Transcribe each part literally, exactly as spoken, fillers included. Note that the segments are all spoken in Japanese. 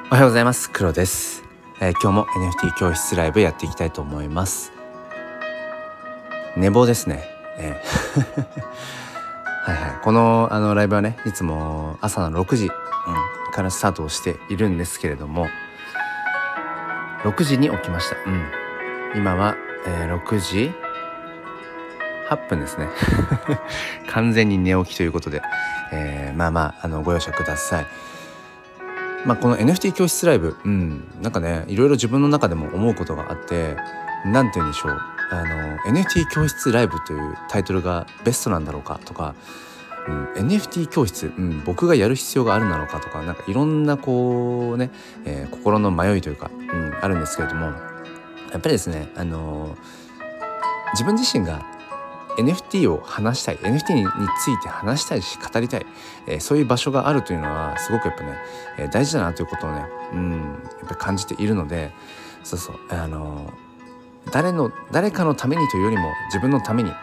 おはようございます。黒です、えー、今日も エヌエフティー 教室ライブやっていきたいと思います。寝坊ですね、えーはいはい、このあのライブはね、いつも朝のろくじ、うん、からスタートをしているんですけれども、ろくじに起きました。うん、今は、えー、ろくじはっぷんですね完全に寝起きということで、えー、まあまあ、あのご容赦ください。まあ、この エヌエフティー 教室ライブ、うん、なんかね、いろいろ自分の中でも思うことがあって、なんて言うんでしょう、あの エヌエフティー 教室ライブというタイトルがベストなんだろうかとか、うん、エヌエフティー 教室、うん、僕がやる必要があるんだろうかとか、なんかいろんなこうね、えー、心の迷いというか、うん、あるんですけれども、やっぱりですね、あのー、自分自身がエヌエフティー を話したい、 エヌエフティー について話したいし語りたい、えー、そういう場所があるというのはすごくやっぱね、えー、大事だなということをね、うん、やっぱり感じているので、そうそう、あのー、誰の誰かのためにというよりも自分のために、うん、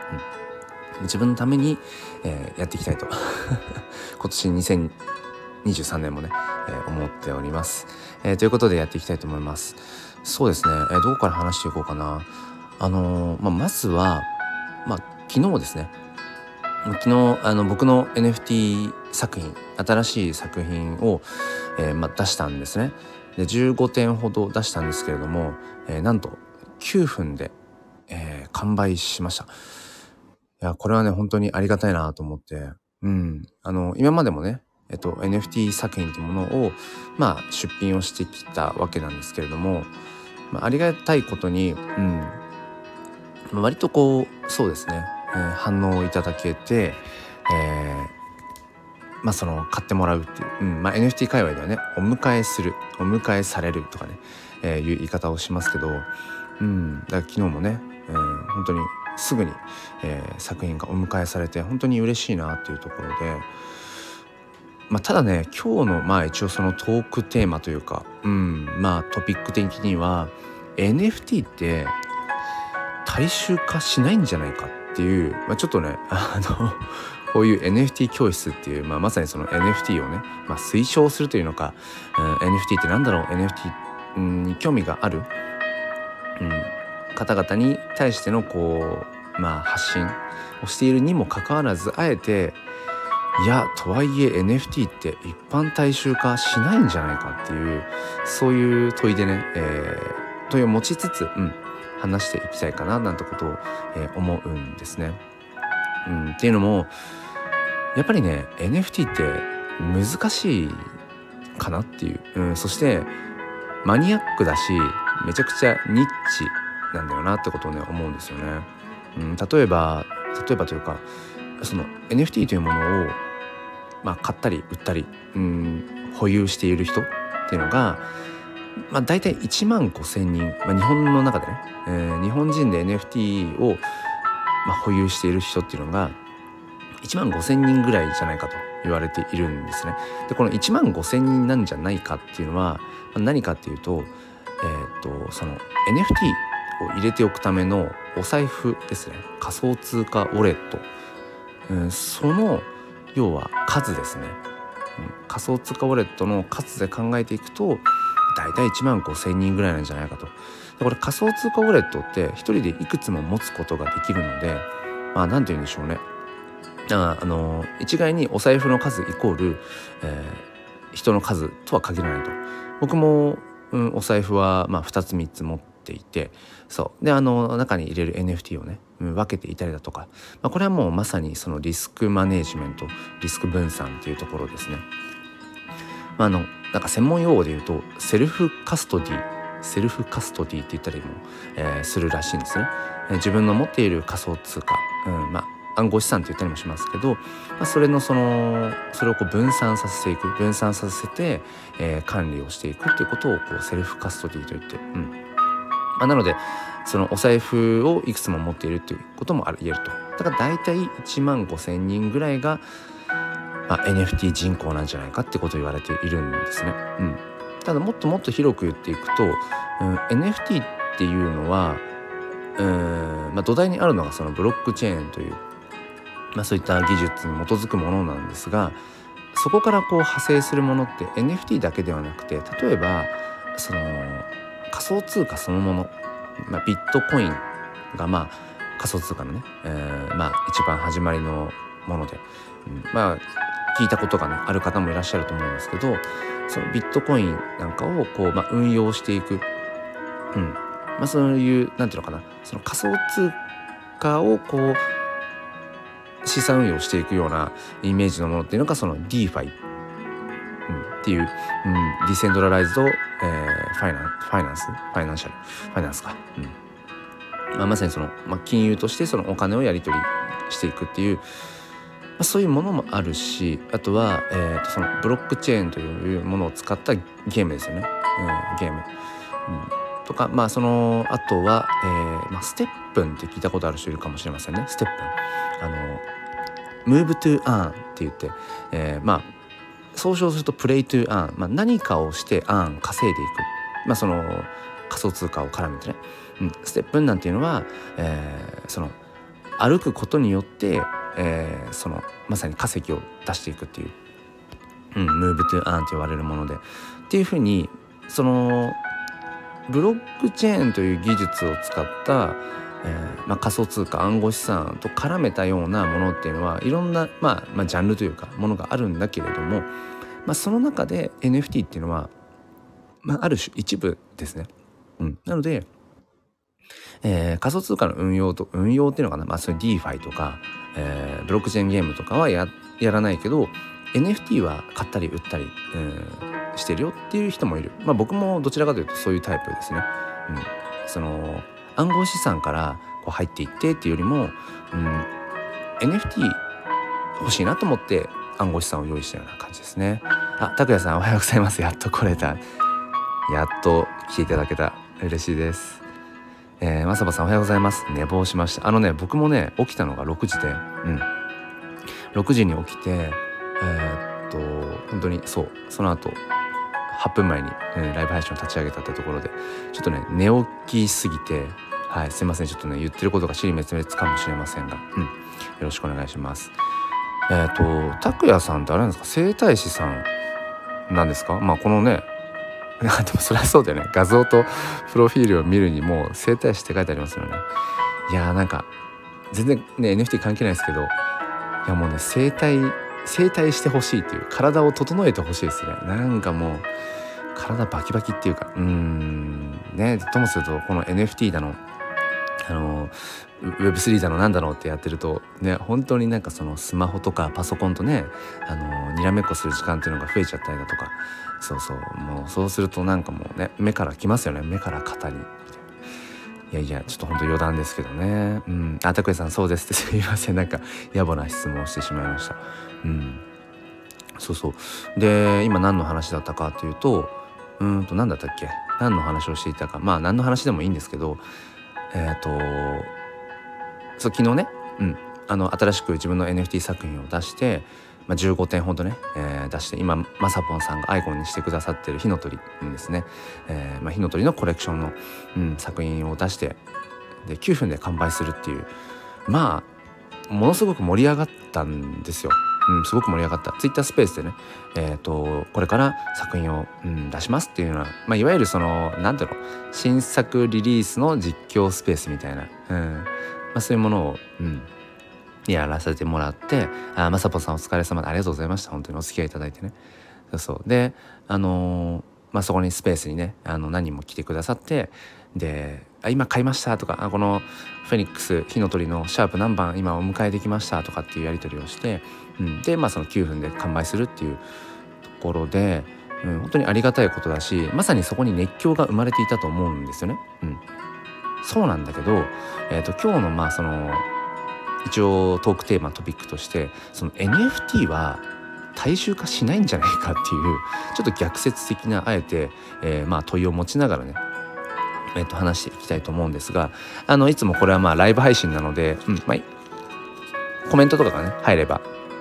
自分のために、えー、やっていきたいと今年にせんにじゅうさんねんもね、えー、思っております、えー、ということでやっていきたいと思います。そうですね、えー、どこから話していこうかな。あのーまあ、まずはまあ昨日ですね、昨日あの僕の エヌエフティー 作品、新しい作品を、えーまあ、出したんですね。でじゅうごてんほど出したんですけれども、えー、なんときゅうふんで、えー、完売しました。いや、これはね本当にありがたいなと思って、うん、あの今までもね、えっと、エヌエフティー 作品というものを、まあ、出品をしてきたわけなんですけれども、まあ、ありがたいことに、うん、割とこうそうですね、えー、反応をいただけて、えー、まあその買ってもらうっていう、うんまあ、エヌエフティー 界隈ではね、お迎えする、お迎えされるとかね、えー、いう言い方をしますけど、うん、だから昨日もね、えー、本当にすぐに、えー、作品がお迎えされて本当に嬉しいなっていうところで、まあ、ただね、今日のまあ一応そのトークテーマというか、うん、まあトピック的には エヌエフティー って大衆化しないんじゃないかっていう、まあ、ちょっとね、あのこういう エヌエフティー 教室っていう、まあ、まさにその エヌエフティー をね、まあ、推奨するというのか、うん、エヌエフティー ってなんだろう、 エヌエフティー に興味がある、うん、方々に対してのこう、まあ、発信をしているにもかかわらず、あえていやとはいえ エヌエフティー って一般大衆化しないんじゃないかっていう、そういう問いでね、えー、問いを持ちつつ、うん話していきたいかななんてことを、えー、思うんですね、うん、っていうのもやっぱりね エヌエフティー って難しいかなっていう、うん、そしてマニアックだしめちゃくちゃニッチなんだよなってことをね思うんですよね、うん、例えば例えばというかその エヌエフティー というものを、まあ、買ったり売ったり、うん、保有している人っていうのがまあ、大体いちまんごせんにん、まあ、日本の中でね、えー、日本人で エヌエフティー を、まあ、保有している人っていうのがいちまんごせんにんぐらいじゃないかと言われているんですね。でこのいちまんごせんにんなんじゃないかっていうのは、まあ、何かっていうと、えー、っとその エヌエフティー を入れておくためのお財布ですね、仮想通貨ウォレット、うん、その要は数ですね、うん、仮想通貨ウォレットの数で考えていくとだいたいいちまんごせんにんぐらいなんじゃないかと。これ仮想通貨ウォレットって一人でいくつも持つことができるので、まあなんて言うんでしょうね、ああの一概にお財布の数イコール、えー、人の数とは限らないと。僕も、うん、お財布はまあふたつみっつ持っていて、そうであの中に入れる エヌエフティー をね、うん、分けていたりだとか、まあ、これはもうまさにそのリスクマネジメント、リスク分散っていうところですね。まあ、あのなんか専門用語で言うとセルフカストディセルフカストディって言ったりも、えー、するらしいんですね、えー、自分の持っている仮想通貨、うんまあ、暗号資産って言ったりもしますけど、まあ、それのそのそれをこう分散させていく分散させて、えー、管理をしていくっていうことをこうセルフカストディと言って、うんまあ、なのでそのお財布をいくつも持っているっていうこともある言えると。だから大体いちまんごせんにんぐらいがまあ、エヌエフティー 人口なんじゃないかってことを言われているんですね、うん、ただもっともっと広く言っていくと、うん、エヌエフティー っていうのはうん、まあ、土台にあるのがそのブロックチェーンという、まあ、そういった技術に基づくものなんですが、 そこからこう派生するものって エヌエフティー だけではなくて、例えばその仮想通貨そのもの、まあ、ビットコインがまあ仮想通貨のね、えー、まあ一番始まりのもので、うん、まあ聞いたことがねある方もいらっしゃると思うんですけど、そのビットコインなんかをこう、まあ、運用していく、うん、まあそういうなんていうのかな、その仮想通貨をこう資産運用していくようなイメージのものっていうのがその ディーファイ、うん、っていう、うん、ディセントラライズド、えー、ファイナンファイナンスファイナンシャルファイナンスか、うんまあ、まさにその、まあ、金融としてそのお金をやり取りしていくっていう、まあ、そういうものもあるし、あとは、えー、とそのブロックチェーンというものを使ったゲームですよね、うん、ゲーム、うん、とか、まあそのあとは、えーまあ、ステップンって聞いたことある人いるかもしれませんね。ステップン、あのムーブトゥアーンって言って、えー、まあ総称するとプレイトゥアーン、まあ、何かをしてアーン稼いでいく、まあその仮想通貨を絡めてね、うん、ステップンなんていうのは、えー、その歩くことによって、えー、そのまさに稼ぎを出していくっていう、うん、ムーブトゥアーンと言われるもので、っていうふうにそのブロックチェーンという技術を使った、えーまあ、仮想通貨暗号資産と絡めたようなものっていうのはいろんな、まあ、まあジャンルというかものがあるんだけれども、まあ、その中で エヌエフティー っていうのは、まあ、ある種一部ですね、うん、なので、えー、仮想通貨の運用と運用っていうのかな、まあ、そういう ディーファイ とか、えー、ブロックチェーンゲームとかは や, やらないけど エヌエフティー は買ったり売ったり、えー、してるよっていう人もいる。まあ僕もどちらかというとそういうタイプですね、うん、その暗号資産からこう入っていってっていうよりも、うん、エヌエフティー 欲しいなと思って暗号資産を用意したような感じですね。あ、拓也さんおはようございます。やっと来れた。やっと来ていただけた。嬉しいです。えー、まさばさんおはようございます。寝坊しました。あのね、僕もね起きたのがろくじで、うん、ろくじに起きて、えー、っと本当にそうその後はっぷんまえに、うん、ライブ配信を立ち上げたってところでちょっとね寝起きすぎて、はい、すいません、ちょっとね言ってることが尻滅裂かもしれませんが、うん、よろしくお願いします。えー、っと拓也さんってあれなんですか、整体師さんなんですか？まあこのねでもそりゃそうだよね、画像とプロフィールを見るにもう整体師って書いてありますよね。いやーなんか全然ね エヌエフティー 関係ないですけど、いやもうね整体整体してほしいっていう、体を整えてほしいですね。なんかもう体バキバキっていうか、うーんね、ともするとこの エヌエフティー だのあの ウェブスリー だのなんだろうってやってるとね、本当になんかそのスマホとかパソコンとね、あのにらめっこする時間っていうのが増えちゃったりだとか、そうそう、もうそうするとなんかもうね目からきますよね、目から肩に。いやいやちょっと本当余談ですけどね。うん、あ、拓也さんそうですってすいません、なんか野暮な質問をしてしまいました。うん、そうそう。で今何の話だったかというと、うーんと何だったっけ、何の話をしていたか、まあ何の話でもいいんですけど、えっとそう昨日ね、うん、あの新しく自分の エヌエフティー 作品を出して、まあ、じゅうごてんほどね、えー、出して、今まさぽんさんがアイコンにしてくださってる火の鳥ですね、えーまあ、火の鳥のコレクションの、うん、作品を出して、できゅうふんで完売するっていう、まあものすごく盛り上がったんですよ。うん、すごく盛り上がった。ツイッタースペースでね、えー、とこれから作品を、うん、出しますっていうような、まあ、いわゆるそのなんていうの、新作リリースの実況スペースみたいな、うんまあ、そういうものを、うん、やらせてもらって、あ、まさぽさんお疲れ様でありがとうございました。本当にお付き合いいただいてね。そうそう。で、あのー、まあ、そこにスペースにね、あの何人も来てくださって、で、あ、今買いましたとか、あ、このフェニックス火の鳥のシャープ何番今お迎えできましたとかっていうやり取りをして、うん、で、まあそのきゅうふんで完売するっていうところで、うん、本当にありがたいことだし、まさにそこに熱狂が生まれていたと思うんですよね。うん、そうなんだけど、えーと、今日のまあその一応トークテーマトピックとして、その エヌエフティー は大衆化しないんじゃないかっていうちょっと逆説的なあえて、えー、まあ問いを持ちながらね、えー、と話していきたいと思うんですが、あのいつもこれはまあライブ配信なので、うんまあ、コメントとかがね入れば、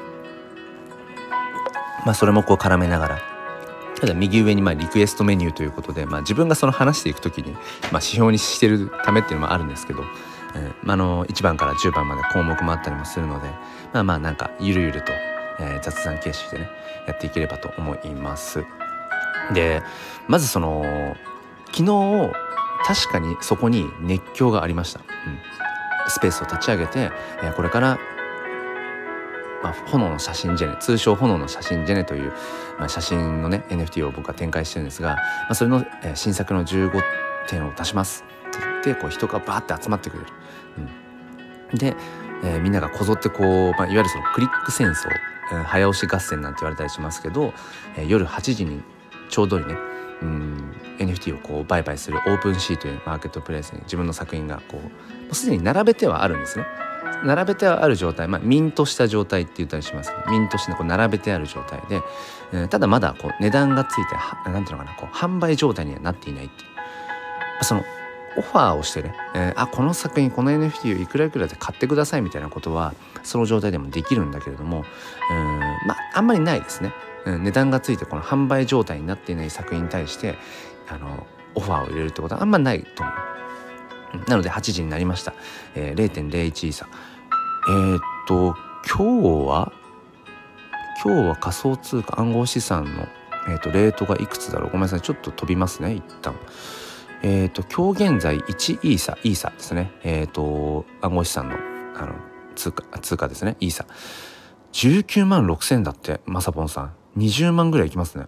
まあ、それもこう絡めながら、ただ右上にまあリクエストメニューということで、まあ、自分がその話していくときに、まあ、指標にしてるためっていうのもあるんですけど、えーまあ、あのいちばんからじゅうばんまで項目もあったりもするので、まあまあなんかゆるゆると、 えー、雑談形式でねやっていければと思います。でまずその昨日確かにそこに熱狂がありました、うん、スペースを立ち上げて、えー、これから、まあ、炎の写真ジェネ、通称炎の写真ジェネという、まあ、写真のね エヌエフティー を僕は展開してるんですが、まあ、それの、えー、新作のじゅうごてんを出しますって言ってこう人がバーって集まってくれる、うん、で、えー、みんながこぞってこう、まあ、いわゆるそのクリック戦争、えー、早押し合戦なんて言われたりしますけど、えー、夜はちじにちょうどにね、うん、エヌエフティー をこう売買するオープンシーというマーケットプレイスに自分の作品がこうもうすでに並べてはあるんですね。並べてはある状態、まあ、ミントした状態って言ったりしますけど、ミントしてこう並べてある状態で、えー、ただまだこう値段がついてなんていうのかな、こう販売状態にはなっていないっていう、そのオファーをしてね、えー、あこの作品この エヌエフティー をいくらいくらで買ってくださいみたいなことはその状態でもできるんだけれども、うんまああんまりないですね。うん、値段がついてこの販売状態になっていない作品に対してあのオファーを入れるってことはあんまないと思う。なのではちじになりました、えー、れいてんれいいちイーサ。えー、っと今日は今日は仮想通貨暗号資産の、えー、っとレートがいくつだろう。ごめんなさい、ちょっと飛びますね一旦。えー、っと今日現在いちイーサイーサですね。えー、っと暗号資産のあの通貨通貨ですね、イーサじゅうきゅうまんろくせんだって。まさぽんさんにじゅうまんぐらいいきますね。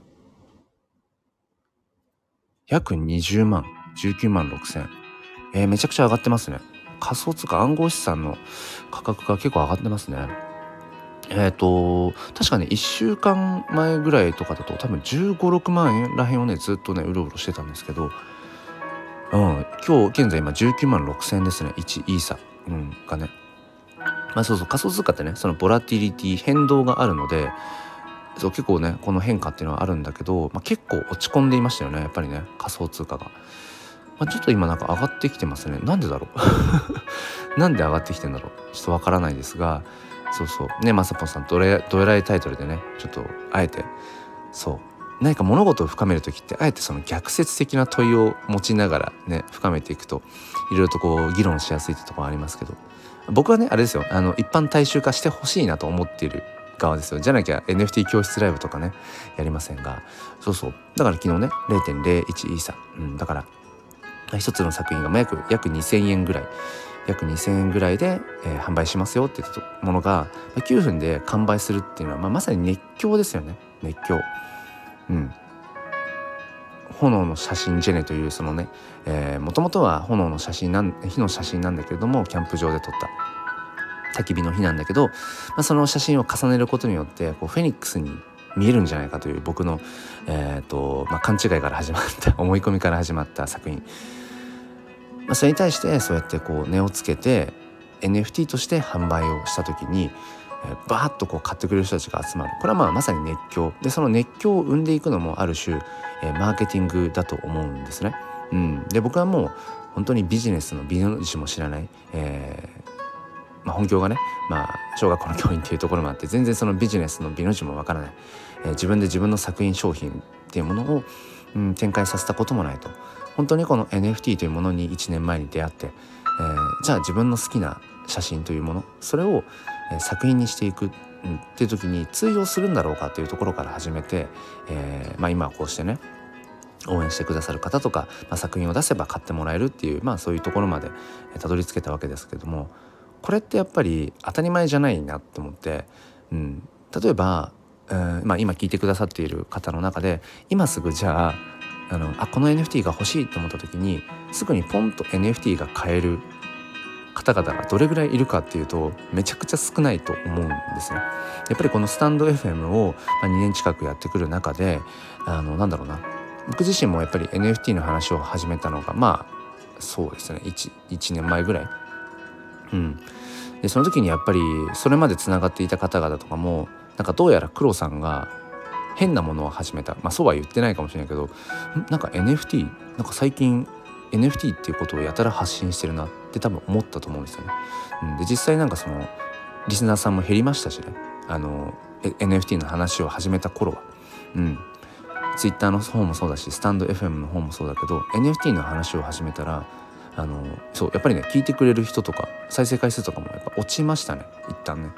約にじゅうまん、じゅうきゅうまんろくせん、えー、めちゃくちゃ上がってますね。仮想通貨暗号資産の価格が結構上がってますね。えっと確かねいっしゅうかんまえぐらいとかだと多分じゅうご、ろくまんえんらへんをねずっとねうろうろしてたんですけど、うん、今日現在今じゅうきゅうまんろくせんですね。いちイーサ、うん、がね、まあそうそう仮想通貨ってねそのボラティリティ変動があるので、そう結構ねこの変化っていうのはあるんだけど、まあ、結構落ち込んでいましたよねやっぱりね仮想通貨が。まあ、ちょっと今なんか上がってきてますね。なんでだろうなんで上がってきてんだろうちょっとわからないですが、そうそうねまさぽんさんどれどえらいタイトルでねちょっとあえてそう何か物事を深める時ってあえてその逆説的な問いを持ちながらね深めていくといろいろとこう議論しやすいってところありますけど、僕はねあれですよ、あの一般大衆化してほしいなと思っている側ですよ。じゃなきゃ エヌエフティー 教室ライブとかねやりませんが、そうそうだから昨日ね れいてんれいいちイーサ、うん、だから一つの作品が約約にせんえんぐらい約にせんえんぐらいで、えー、販売しますよって言ったものがきゅうふんで完売するっていうのは、まあ、まさに熱狂ですよね。熱狂、うん、炎の写真ジェネというそのねもともとは炎の写真なん火の写真なんだけれどもキャンプ場で撮った焚き火の火なんだけど、まあ、その写真を重ねることによってこうフェニックスに見えるんじゃないかという僕の、えーとまあ、勘違いから始まった思い込みから始まった作品、まあ、それに対してそうやってこう値をつけて エヌエフティー として販売をした時に、えー、バーッとこう買ってくれる人たちが集まる。これはまあまさに熱狂で、その熱狂を生んでいくのもある種、えー、マーケティングだと思うんですね。うん、で僕はもう本当にビジネスの美の字も知らない、えーまあ、本業がね、まあ、小学校の教員っていうところもあって全然そのビジネスの美の字もわからない、えー、自分で自分の作品商品っていうものを、うん、展開させたこともないと。本当にこの エヌエフティー というものにいちねんまえに出会って、えー、じゃあ自分の好きな写真というものそれを、えー、作品にしていく、うん、っていう時に通用するんだろうかというところから始めて、えーまあ、今はこうしてね応援してくださる方とか、まあ、作品を出せば買ってもらえるっていう、まあ、そういうところまでたどり着けたわけですけども、これってやっぱり当たり前じゃないなって思って、うん、例えば、うんまあ、今聞いてくださっている方の中で今すぐじゃああのあこの エヌエフティー が欲しいと思った時にすぐにポンと エヌエフティー が買える方々がどれぐらいいるかっていうとめちゃくちゃ少ないと思うんですね。やっぱりこのスタンド エフエム をにねん近くやってくる中であのなんだろうな僕自身もやっぱり エヌエフティー の話を始めたのがまあそうですね 1, いちねんまえぐらい、うん、でその時にやっぱりそれまでつながっていた方々とかもなんかどうやら黒さんが変なものを始めた、まあそうは言ってないかもしれないけどなんか エヌエフティー なんか最近 エヌエフティー っていうことをやたら発信してるなって多分思ったと思うんですよね、うん、で実際なんかそのリスナーさんも減りましたしね、あの エヌエフティー の話を始めた頃は、うん、ツイッターの方もそうだしスタンド エフエム の方もそうだけど エヌエフティー の話を始めたらあのそうやっぱりね聞いてくれる人とか再生回数とかもやっぱ落ちましたね一旦ね、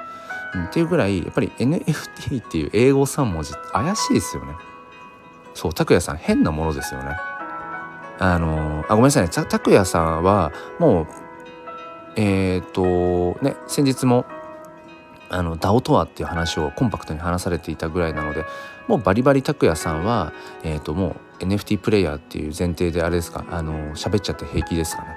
うん、っていうぐらいやっぱり エヌエフティー っていう英語さん文字怪しいですよね。そう、拓也さん変なものですよね。あのあごめんなさいね、拓也さんはもうえっ、ー、とね先日もあの ダオ とはっていう話をコンパクトに話されていたぐらいなので、もうバリバリ拓也さんはえっ、ー、ともう エヌエフティー プレイヤーっていう前提であれですか、あの喋っちゃって平気ですかね。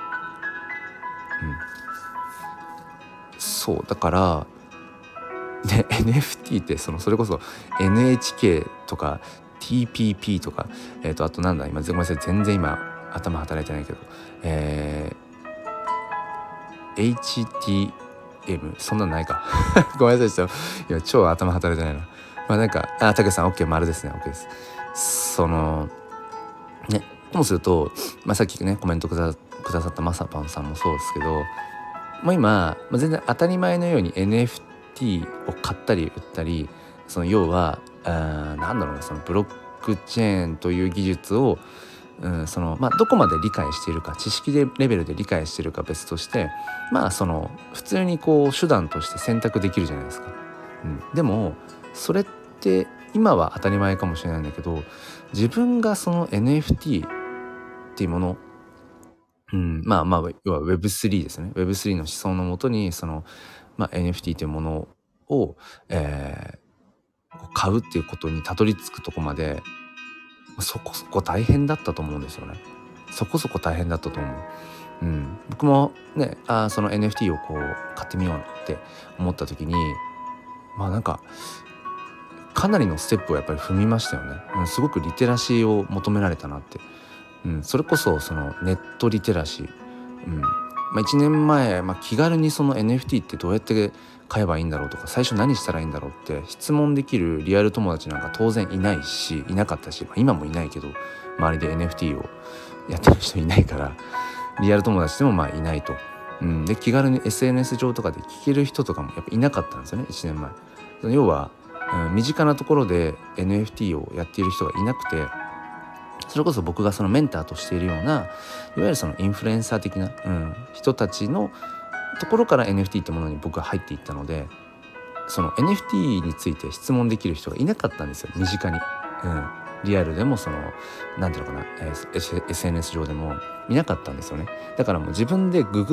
うん、そうだからで エヌエフティー ってそのそれこそ エヌエイチケー とか ティーピーピー とか、えー、とあとなんだ今ごめんなさい全然今頭働いてないけど、えー、エイチティーエム そんなんないかごめんなさいちょっと今超頭働いてないな。まあなんかあたけさん OK 丸ですね OK です。そのねともすると、まあ、さっきねコメントくだくださったまさぱんさんもそうですけど、もう今、まあ、全然当たり前のように エヌエフティー を買ったり売ったり、その要はあなんだろうな、そのブロックチェーンという技術を、うん、そのまあどこまで理解しているか、知識レベルで理解しているか別として、まあその普通にこう手段として選択できるじゃないですか。うん、でもそれって今は当たり前かもしれないんだけど、自分がその エヌエフティー っていうもの、うん、まあまあ要は ウェブスリー ですね。ウェブスリー の思想のもとにその、まあ、エヌエフティー というものを、えー、買うっていうことにたどり着くとこまでそこそこ大変だったと思うんですよね。そこそこ大変だったと思う。うん、僕もねあその エヌエフティー をこう買ってみようって思った時に、まあなんかかなりのステップをやっぱり踏みましたよね。うん、すごくリテラシーを求められたなって。うん、それこそそのネットリテラシー、うんまあ、いちねんまえ、まあ、気軽にその エヌエフティー ってどうやって買えばいいんだろうとか、最初何したらいいんだろうって質問できるリアル友達なんか当然いないしいなかったし、まあ、今もいないけど周りで エヌエフティー をやってる人いないからリアル友達でもまあいないと、うん、で気軽に エスエヌエス 上とかで聞ける人とかもやっぱいなかったんですよねいちねんまえ。要は、うん、身近なところで エヌエフティー をやっている人がいなくて、それこそ僕がそのメンターとしているようないわゆるそのインフルエンサー的な、うん、人たちのところから エヌエフティー ってものに僕は入っていったので、その エヌエフティー について質問できる人がいなかったんですよ身近に、うん、リアルでもそのなんていうのかな、えー、エスエヌエス 上でもいなかったんですよね。だからもう自分でググって、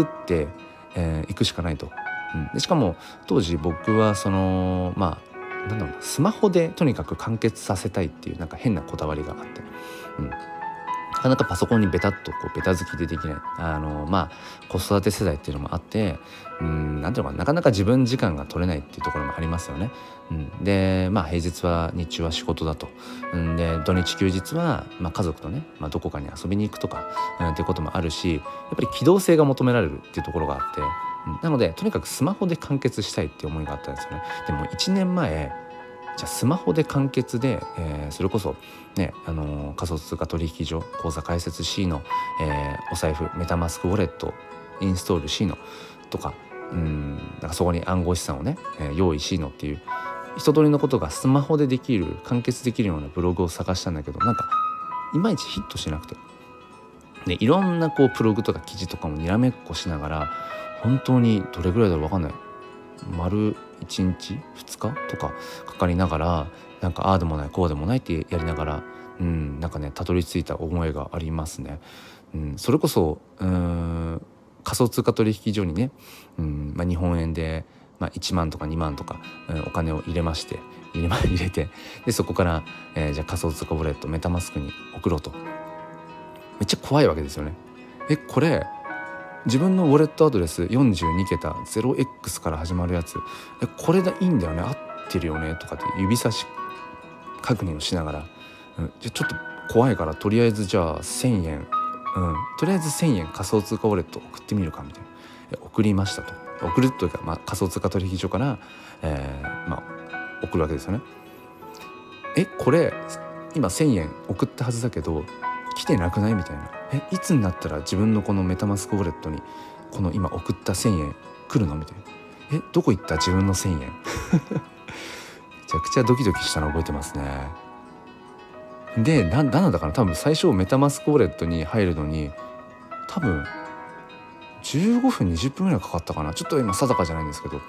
えー、行くしかないと、うん、でしかも当時僕はそのまあなんだろうな、スマホでとにかく完結させたいっていうなんか変なこだわりがあって、うん、なかなかパソコンにベタっとこうベタ付きでできない、あのまあ子育て世代っていうのもあって、うん、なんていうのかな、なかなか自分時間が取れないっていうところもありますよね。うん、でまあ平日は日中は仕事だと、うん、で土日休日は、まあ、家族とね、まあ、どこかに遊びに行くとか、うん、っていうこともあるし、やっぱり機動性が求められるっていうところがあって、うん、なのでとにかくスマホで完結したいっていう思いがあったんですよね。でもいちねんまえじゃあスマホで完結で、えー、それこそね、あのー、仮想通貨取引所口座開設 C の、えー、お財布メタマスクウォレットインストール C のとか、うんなんかそこに暗号資産をね、えー、用意 C のっていう一通りのことがスマホでできる完結できるようなブログを探したんだけど、なんかいまいちヒットしなくて、でいろんなこうブログとか記事とかもにらめっこしながら、本当にどれぐらいだろう分かんない丸いちにちふつかとかかかりながら、なんかああでもないこうでもないってやりながら、うんなんかねたどり着いた思いがありますね。うん、それこそうーん仮想通貨取引所にね、うんまあ、日本円で、まあ、いちまんとかにまんとか、うん、お金を入れまして入れ,、ま、入れて、でそこから、えー、じゃあ仮想通貨ウォレットメタマスクに送ろうと、めっちゃ怖いわけですよね。えこれ自分のウォレットアドレスよんじゅうにけた ゼロエックス から始まるやつ、えこれでいいんだよね合ってるよねとかって指差し確認をしながら、うん、じゃちょっと怖いからとりあえずじゃあせんえん、うん、とりあえずせんえん仮想通貨ウォレット送ってみるかみたいな、え送りましたと。送るというか、まあ、仮想通貨取引所から、えーまあ、送るわけですよね。えこれ今せんえん送ったはずだけど来てなくないみたいな、えいつになったら自分のこのメタマスクウォレットにこの今送ったせんえん来るのみたいな、えどこ行った自分のせんえんめちゃくちゃドキドキしたの覚えてますね。でななんだかな、多分最初メタマスクウォレットに入るのに多分じゅうごふんにじゅっぷんぐらいかかったかな、ちょっと今定かじゃないんですけど、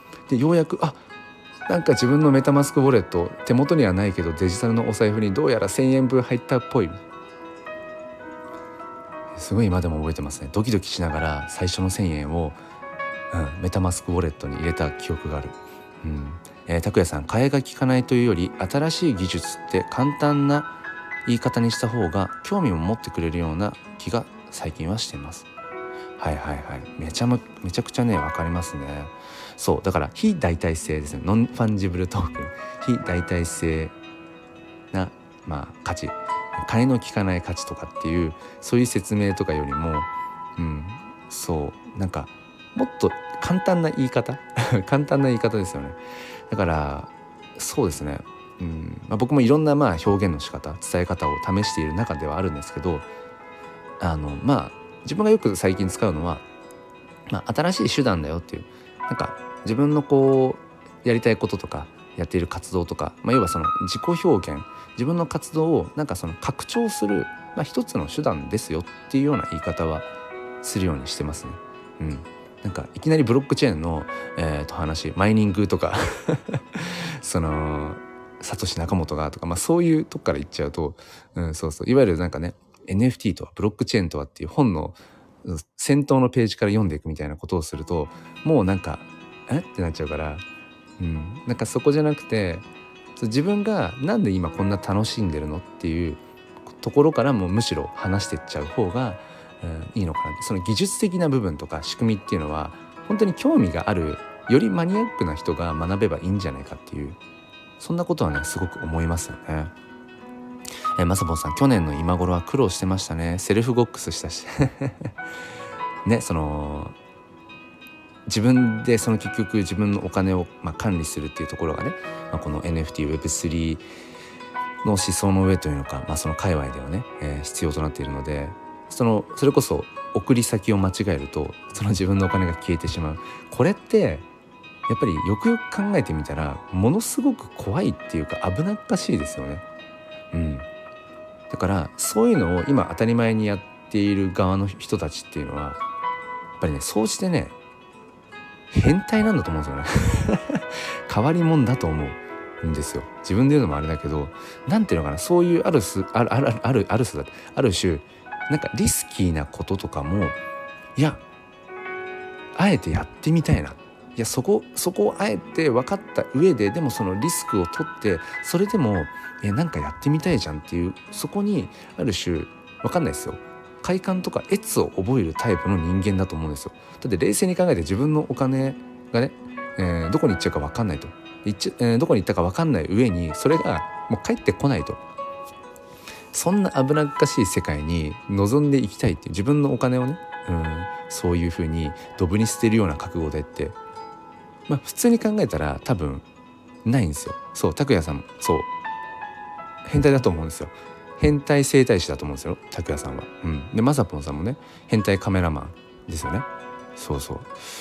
でようやくあなんか自分のメタマスクウォレット手元にはないけどデジタルのお財布にどうやらせんえんぶん入ったっぽい。すごい今でも覚えてますね。ドキドキしながら最初のせんえんを、うん、メタマスクウォレットに入れた記憶がある。うんえー、拓也さん、替えが利かないというより新しい技術って簡単な言い方にした方が興味を持ってくれるような気が最近はしています。はいはいはい、めちゃめちゃくちゃね分かりますね。そうだから非代替性ですね。ノンファンジブルトークン、非代替性な、まあ、価値、金の利かない価値とかっていうそういう説明とかよりも、うん、そうなんかもっと簡単な言い方簡単な言い方ですよね。だからそうですね、うんまあ、僕もいろんなまあ表現の仕方伝え方を試している中ではあるんですけど、あのまあ自分がよく最近使うのは、まあ、新しい手段だよっていう、なんか自分のこうやりたいこととかやっている活動とか、まあ、要はその自己表現、自分の活動をなんかその拡張する、まあ、一つの手段ですよっていうような言い方はするようにしてますね。うん、なんかいきなりブロックチェーンの、えー、と話マイニングとかそのサトシ仲本がとか、まあ、そういうとこから言っちゃうと、うん、そうそういわゆるなんかね エヌエフティー とはブロックチェーンとはっていう本の先頭のページから読んでいくみたいなことをするともうなんかえってなっちゃうから、うん、なんかそこじゃなくて自分がなんで今こんな楽しんでるのっていうところからもむしろ話していっちゃう方が、うん、いいのかなって。その技術的な部分とか仕組みっていうのは本当に興味があるよりマニアックな人が学べばいいんじゃないかっていう、そんなことはねすごく思いますよね。えまさぼんさん、去年の今頃は苦労してましたね。セルフゴックスしたしね、その自分でその結局自分のお金を、まあ、管理するっていうところがね、まあ、この エヌエフティー、ウェブスリー の思想の上というのか、まあ、その界隈ではね、えー、必要となっているので、そのそれこそ送り先を間違えるとその自分のお金が消えてしまう。これってやっぱりよくよく考えてみたらものすごく怖いっていうか危なっかしいですよね。うん、だからそういうのを今当たり前にやっている側の人たちっていうのはやっぱりね総じてね変態なんだと思うんですよね変わり者だと思うんですよ。自分で言うのもあれだけど、なんていうのかな、そういうあるすあるあるあるあるすだある種なんかリスキーなこととかもいやあえてやってみたいな、いやそこそこをあえて分かった上ででもそのリスクを取ってそれでもえなんかやってみたいじゃんっていう、そこにある種分かんないですよ、快感とか悦を覚えるタイプの人間だと思うんですよ。だって冷静に考えて自分のお金がね、えー、どこに行っちゃうか分かんないと、いっちゃ、えー、どこに行ったか分かんない上にそれがもう帰ってこないと、そんな危なっかしい世界に望んでいきたいっていう自分のお金をね、うん、そういう風にドブに捨てるような覚悟でって、まあ普通に考えたら多分ないんですよ。そう、拓也さんもそう変態だと思うんですよ。変態整体師だと思うんですよ、拓也さんは。うん、でまさぽんさんもね変態カメラマンですよね。そうそう、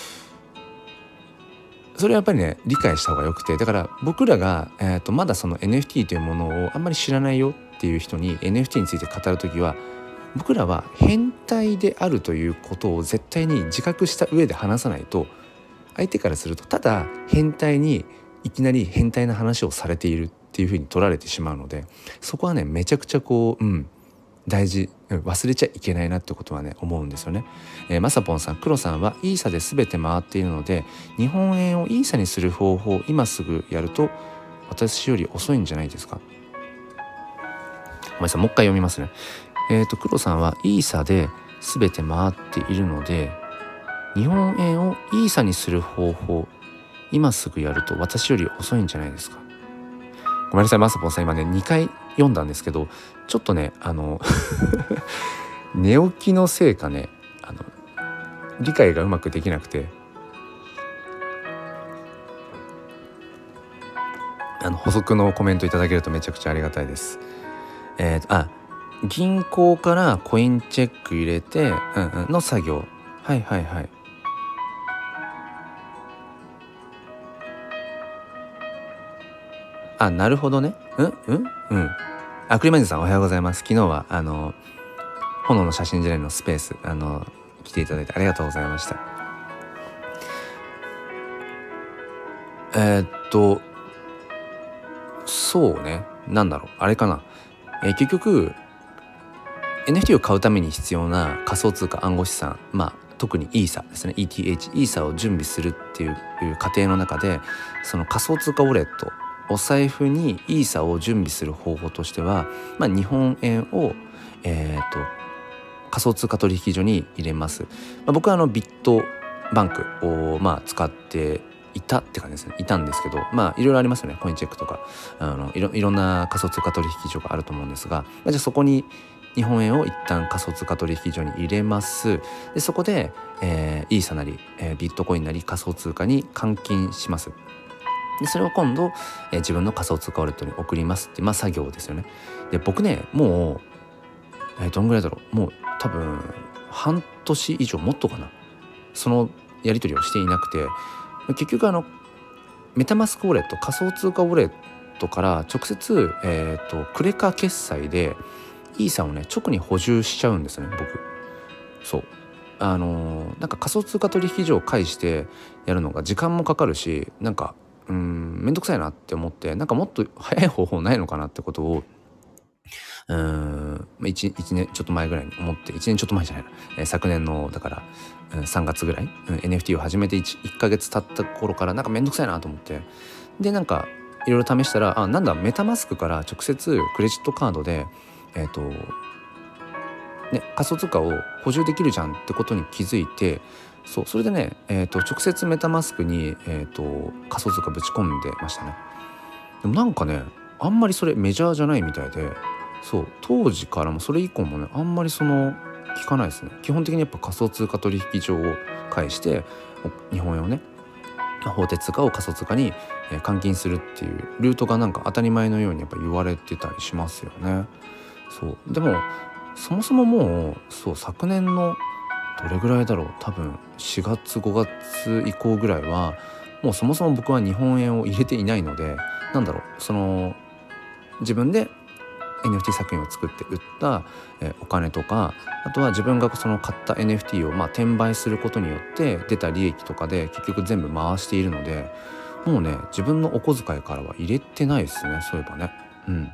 それはやっぱりね理解した方がよくて、だから僕らが、えー、とまだその エヌエフティー というものをあんまり知らないよっていう人に エヌエフティー について語るときは、僕らは変態であるということを絶対に自覚した上で話さないと、相手からするとただ変態にいきなり変態な話をされているっていうふうに取られてしまうので、そこはねめちゃくちゃこう、うん、大事、忘れちゃいけないなってことはね思うんですよね。えー、まさぽんさん、黒さんはイーサで全て回っているので日本円をイーサにする方法を今すぐやると私より遅いんじゃないですか。ごめんなさい、もう一回読みますね。えーと黒さんはイーサで全て回っているので日本円をイーサにする方法今すぐやると私より遅いんじゃないですか。ごめんなさい、まさぽんさん、今ねにかい読んだんですけどちょっとねあの寝起きのせいかねあの理解がうまくできなくて、あの補足のコメントいただけるとめちゃくちゃありがたいです。えーと、あ銀行からコインチェック入れて、うんうん、の作業、はいはいはい、あなるほどね、うんうんうん、あクリマンジさんおはようございます。昨日はあの炎の写真じゃないのスペースあの来ていただいてありがとうございました。 えー、っとそうね、なんだろうあれかな、えー、結局 エヌエフティー を買うために必要な仮想通貨暗号資産、まあ特にイーサですね、 イーティーエイチ イーサを準備するっていう過程の中で、その仮想通貨ウォレット、お財布にイーサを準備する方法としては、まあ、日本円を、えー、と仮想通貨取引所に入れます。まあ、僕はあのビットバンクをまあ使っていたって感じですね。いたんですけど、まあいろいろありますよね。コインチェックとかあのいろいろんな仮想通貨取引所があると思うんですが、まあ、じゃあそこに日本円を一旦仮想通貨取引所に入れます。でそこで、えー、イーサなり、えー、ビットコインなり仮想通貨に換金します。でそれを今度、えー、自分の仮想通貨ウォレットに送りますっていう、まあ、作業ですよね。で僕ねもう、えー、どんぐらいだろう、もう多分半年以上もっとかな、そのやり取りをしていなくて、結局あのメタマスクウォレット、仮想通貨ウォレットから直接、えー、とクレカ決済でイーサをね直に補充しちゃうんですね僕。そうあのー、なんか仮想通貨取引所を介してやるのが時間もかかるし、なんかうーんめんどくさいなって思って、なんかもっと早い方法ないのかなってことをうーん 1, 1年ちょっと前ぐらいに思って、いちねんちょっと前じゃないな、えー、昨年のだから、うん、さんがつぐらい、うん、エヌエフティー を始めて 1, いっかげつ経った頃からなんかめんどくさいなと思って、でなんかいろいろ試したら、あなんだメタマスクから直接クレジットカードでえっ、ー、とね仮想通貨を補充できるじゃんってことに気づいて、そうそれでね、えー、と直接メタマスクに、えー、と仮想通貨ぶち込んでましたね。でもなんかねあんまりそれメジャーじゃないみたいで、そう当時からもそれ以降もねあんまりその聞かないですね。基本的にやっぱ仮想通貨取引所を介して日本円をね法定通貨を仮想通貨に換金するっていうルートがなんか当たり前のようにやっぱ言われてたりしますよね。そうでもそもそももうそう昨年のどれぐらいだろう、多分しがつごがつ以降ぐらいはもうそもそも僕は日本円を入れていないので、なんだろうその自分で エヌエフティー 作品を作って売った、えー、お金とか、あとは自分がその買った エヌエフティー をまあ転売することによって出た利益とかで結局全部回しているので、もうね自分のお小遣いからは入れてないですね、そういえばね。うん、うん、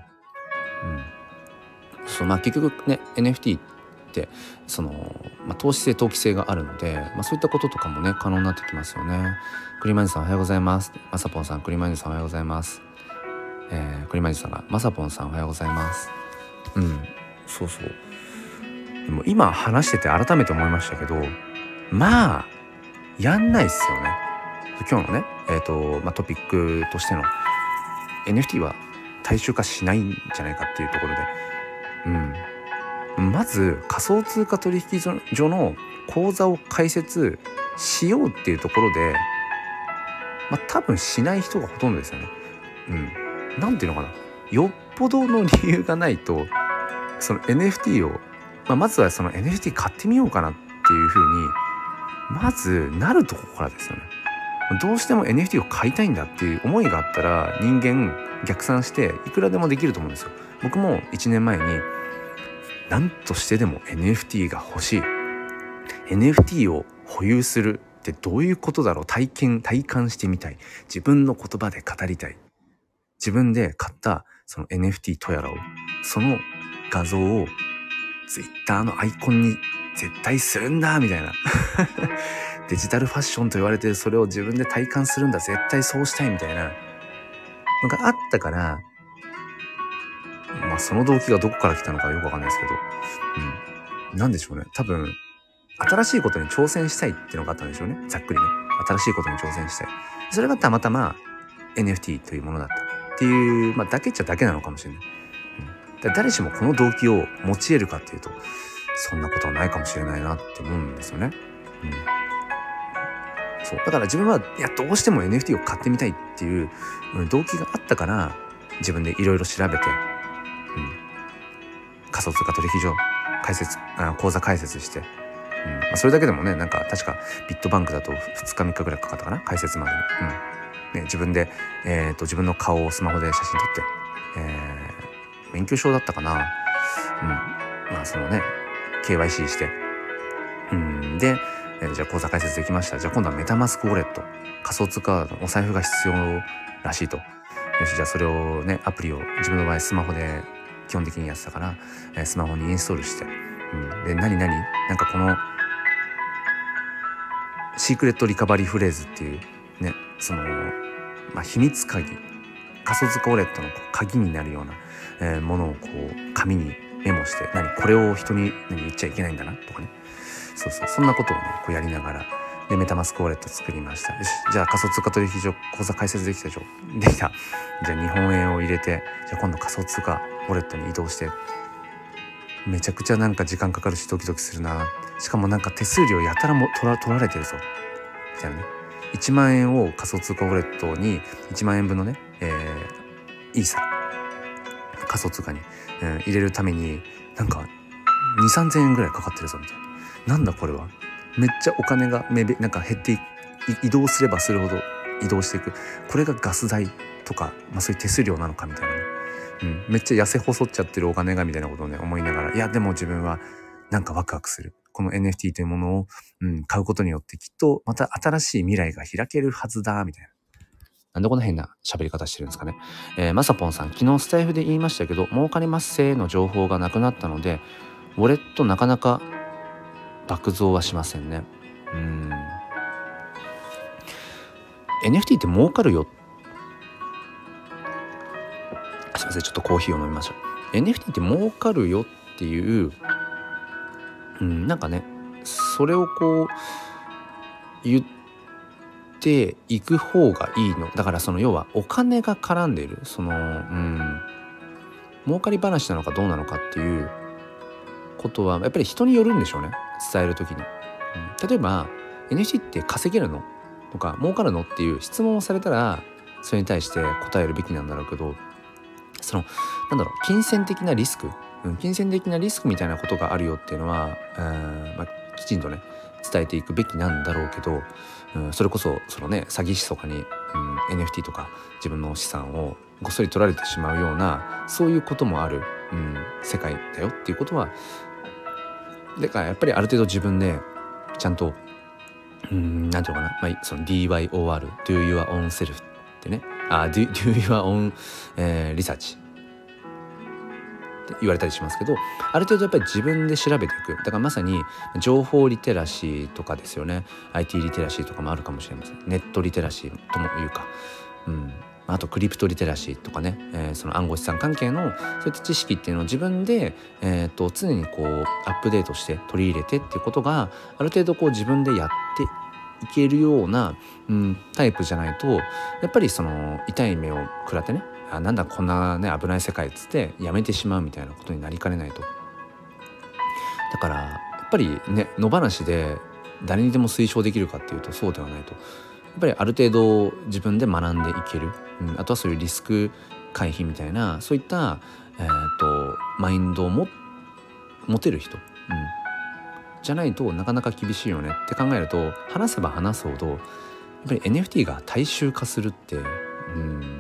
そうまあ結局ね エヌエフティー ってその、まあ、投資性投機性があるので、まあ、そういったこととかもね可能になってきますよね。クリマンジさんおはようございます。まさぽんさん、クリマンジさんおはようございます。えー、クリマンジさんがまさぽんさんおはようございます。うんそうそう、でも今話してて改めて思いましたけど、まあやんないっすよね今日のね、えーとまあ、トピックとしての エヌエフティー は大衆化しないんじゃないかっていうところで、うん、まず仮想通貨取引所の口座を開設しようっていうところで、まあ、多分しない人がほとんどですよね。うん、なんていうのかな、よっぽどの理由がないとその エヌエフティー を、まあ、まずはその エヌエフティー 買ってみようかなっていう風にまずなるところからですよね。どうしても エヌエフティー を買いたいんだっていう思いがあったら人間逆算していくらでもできると思うんですよ。僕もいちねんまえに何としてでも エヌエフティー が欲しい、 エヌエフティー を保有するってどういうことだろう、体験体感してみたい、自分の言葉で語りたい、自分で買ったその エヌエフティー とやらを、その画像を Twitter のアイコンに絶対するんだみたいなデジタルファッションと言われてそれを自分で体感するんだ、絶対そうしたいみたいなのがあったから、まあその動機がどこから来たのかよくわかんないですけど、うん、なんでしょうね、多分新しいことに挑戦したいっていうのがあったんでしょうね、ざっくりね。新しいことに挑戦したい、それがたまたま エヌエフティー というものだったっていう、まあだけっちゃだけなのかもしれない。うん、だ誰しもこの動機を持ち得るかっていうとそんなことはないかもしれないなって思うんですよね。うん、そうだから自分はいやどうしても エヌエフティー を買ってみたいっていう、うん、動機があったから自分でいろいろ調べて、うん、仮想通貨取引所開設あ口座開設して、うんまあ、それだけでもねなんか確かビットバンクだとふつかみっかぐらいかかったかな、開設までに、うんね、自分で、えー、と自分の顔をスマホで写真撮って、えー、免許証だったかな、うんまあそのね ケーワイシー して、うんで、 えー、じゃあ口座開設できました。じゃあ今度はメタマスクウォレット、仮想通貨のお財布が必要らしいと。よし、じゃあそれをね、アプリを自分の場合スマホで基本的にやってたから、えー、スマホにインストールして、うん、で何何なんかこのシークレットリカバリーフレーズっていうね、そのまあ秘密鍵、仮想通貨ウォレットのこう鍵になるような、えー、ものをこう紙にメモして、何これを人に何言っちゃいけないんだなとかね、そうそう、そんなことをねこうやりながら、でメタマスクウォレット作りました。よし、じゃあ仮想通貨取引所口座開設できたでしょ、できた。じゃあ日本円を入れて、じゃあ今度仮想通貨ウォレットに移動して、めちゃくちゃなんか時間かかるしドキドキするな、しかもなんか手数料やたらも取ら、取られてるぞみたいなね。いちまん円を仮想通貨ウォレットにいちまん円分のね、えー、イーサ仮想通貨に、うん、入れるためになんかにせんさんぜんえんぐらいかかってるぞみたいな。なんだこれは、めっちゃお金がめべなんか減ってい移動すればするほど移動していく、これがガス代とか、まあ、そういう手数料なのかみたいなね、うん、めっちゃ痩せ細っちゃってるお金がみたいなことをね思いながら、いやでも自分はなんかワクワクする、この エヌエフティー というものを、うん、買うことによってきっとまた新しい未来が開けるはずだみたいな。なんでこんな変な喋り方してるんですかね。えー、まさぽんさん、昨日スタイフで言いましたけど儲かりますせーの情報がなくなったのでウォレットなかなか爆増はしませんね。うーん エヌエフティー って儲かるよ。すいません、ちょっとコーヒーを飲みましょう。 エヌエフティー って儲かるよっていう、うん、なんかねそれをこう言っていく方がいいのだから、その要はお金が絡んでいる、そのうん儲かり話なのかどうなのかっていうことはやっぱり人によるんでしょうね、伝えるときに、うん、例えば エヌエフティー って稼げるのとか儲かるのっていう質問をされたらそれに対して答えるべきなんだろうけど、そのなんだろう金銭的なリスク、うん、金銭的なリスクみたいなことがあるよっていうのは、うんまあ、きちんとね伝えていくべきなんだろうけど、うん、それこそそのね詐欺師とかに、うん、エヌエフティー とか自分の資産をごっそり取られてしまうようなそういうこともある、うん、世界だよっていうことは、だからやっぱりある程度自分でちゃんとうんなんていうのかな、まあ、その ディーワイオーアール Do Your Own Self ってね、あ Do, do Your Own、えー、Research って言われたりしますけど、ある程度やっぱり自分で調べていく。だからまさに情報リテラシーとかですよね。 アイティー リテラシーとかもあるかもしれません。ネットリテラシーともいうか、うんあとクリプトリテラシーとかね、えー、その暗号資産関係のそういった知識っていうのを自分で、えー、と常にこうアップデートして取り入れてっていうことがある程度こう自分でやっていけるような、うん、タイプじゃないとやっぱりその痛い目を食らってね、あなんだこんなね危ない世界っつってやめてしまうみたいなことになりかねないと。だからやっぱりね野放しで誰にでも推奨できるかっていうとそうではないと。やっぱりある程度自分で学んでいける、うん、あとはそういうリスク回避みたいなそういった、えー、とマインドをも持てる人、うん、じゃないとなかなか厳しいよねって考えると、話せば話すほどやっぱり エヌエフティー が大衆化するって、うん、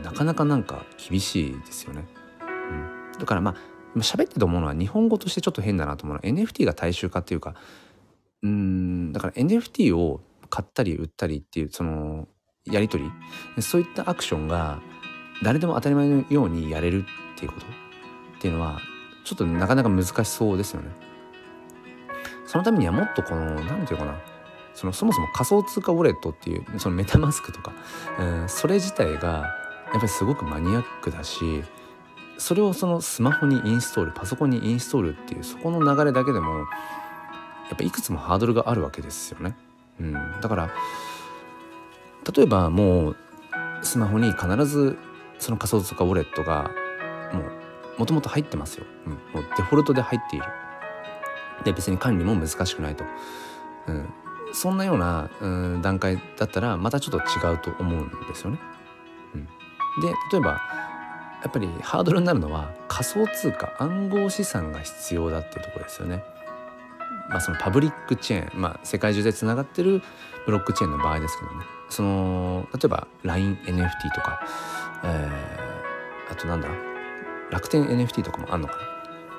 なかなかなんか厳しいですよね、うん、だからまあ喋ってて思うのは日本語としてちょっと変だなと思うのは エヌエフティー が大衆化っていうか、うんだから エヌエフティー を買ったり売ったりっていうそのやり取り、そういったアクションが誰でも当たり前のようにやれるっていうことっていうのはちょっとなかなか難しそうですよね。そのためにはもっとこのなんていうかな、そのそもそも仮想通貨ウォレットっていうそのメタマスクとか、うん、それ自体がやっぱりすごくマニアックだし、それをそのスマホにインストールパソコンにインストールっていうそこの流れだけでもやっぱいくつもハードルがあるわけですよね。うん、だから例えばもうスマホに必ずその仮想通貨ウォレットがもうもともと入ってますよ、うん、もうデフォルトで入っている。で別に管理も難しくないと、うん、そんなような、うん、段階だったらまたちょっと違うと思うんですよね、うん、で例えばやっぱりハードルになるのは仮想通貨暗号資産が必要だっていうところですよね。まあ、そのパブリックチェーン、まあ、世界中でつながってるブロックチェーンの場合ですけどね、その例えば ラインエヌエフティー とか、えー、あとなんだ楽天 エヌエフティー とかもあんのかな、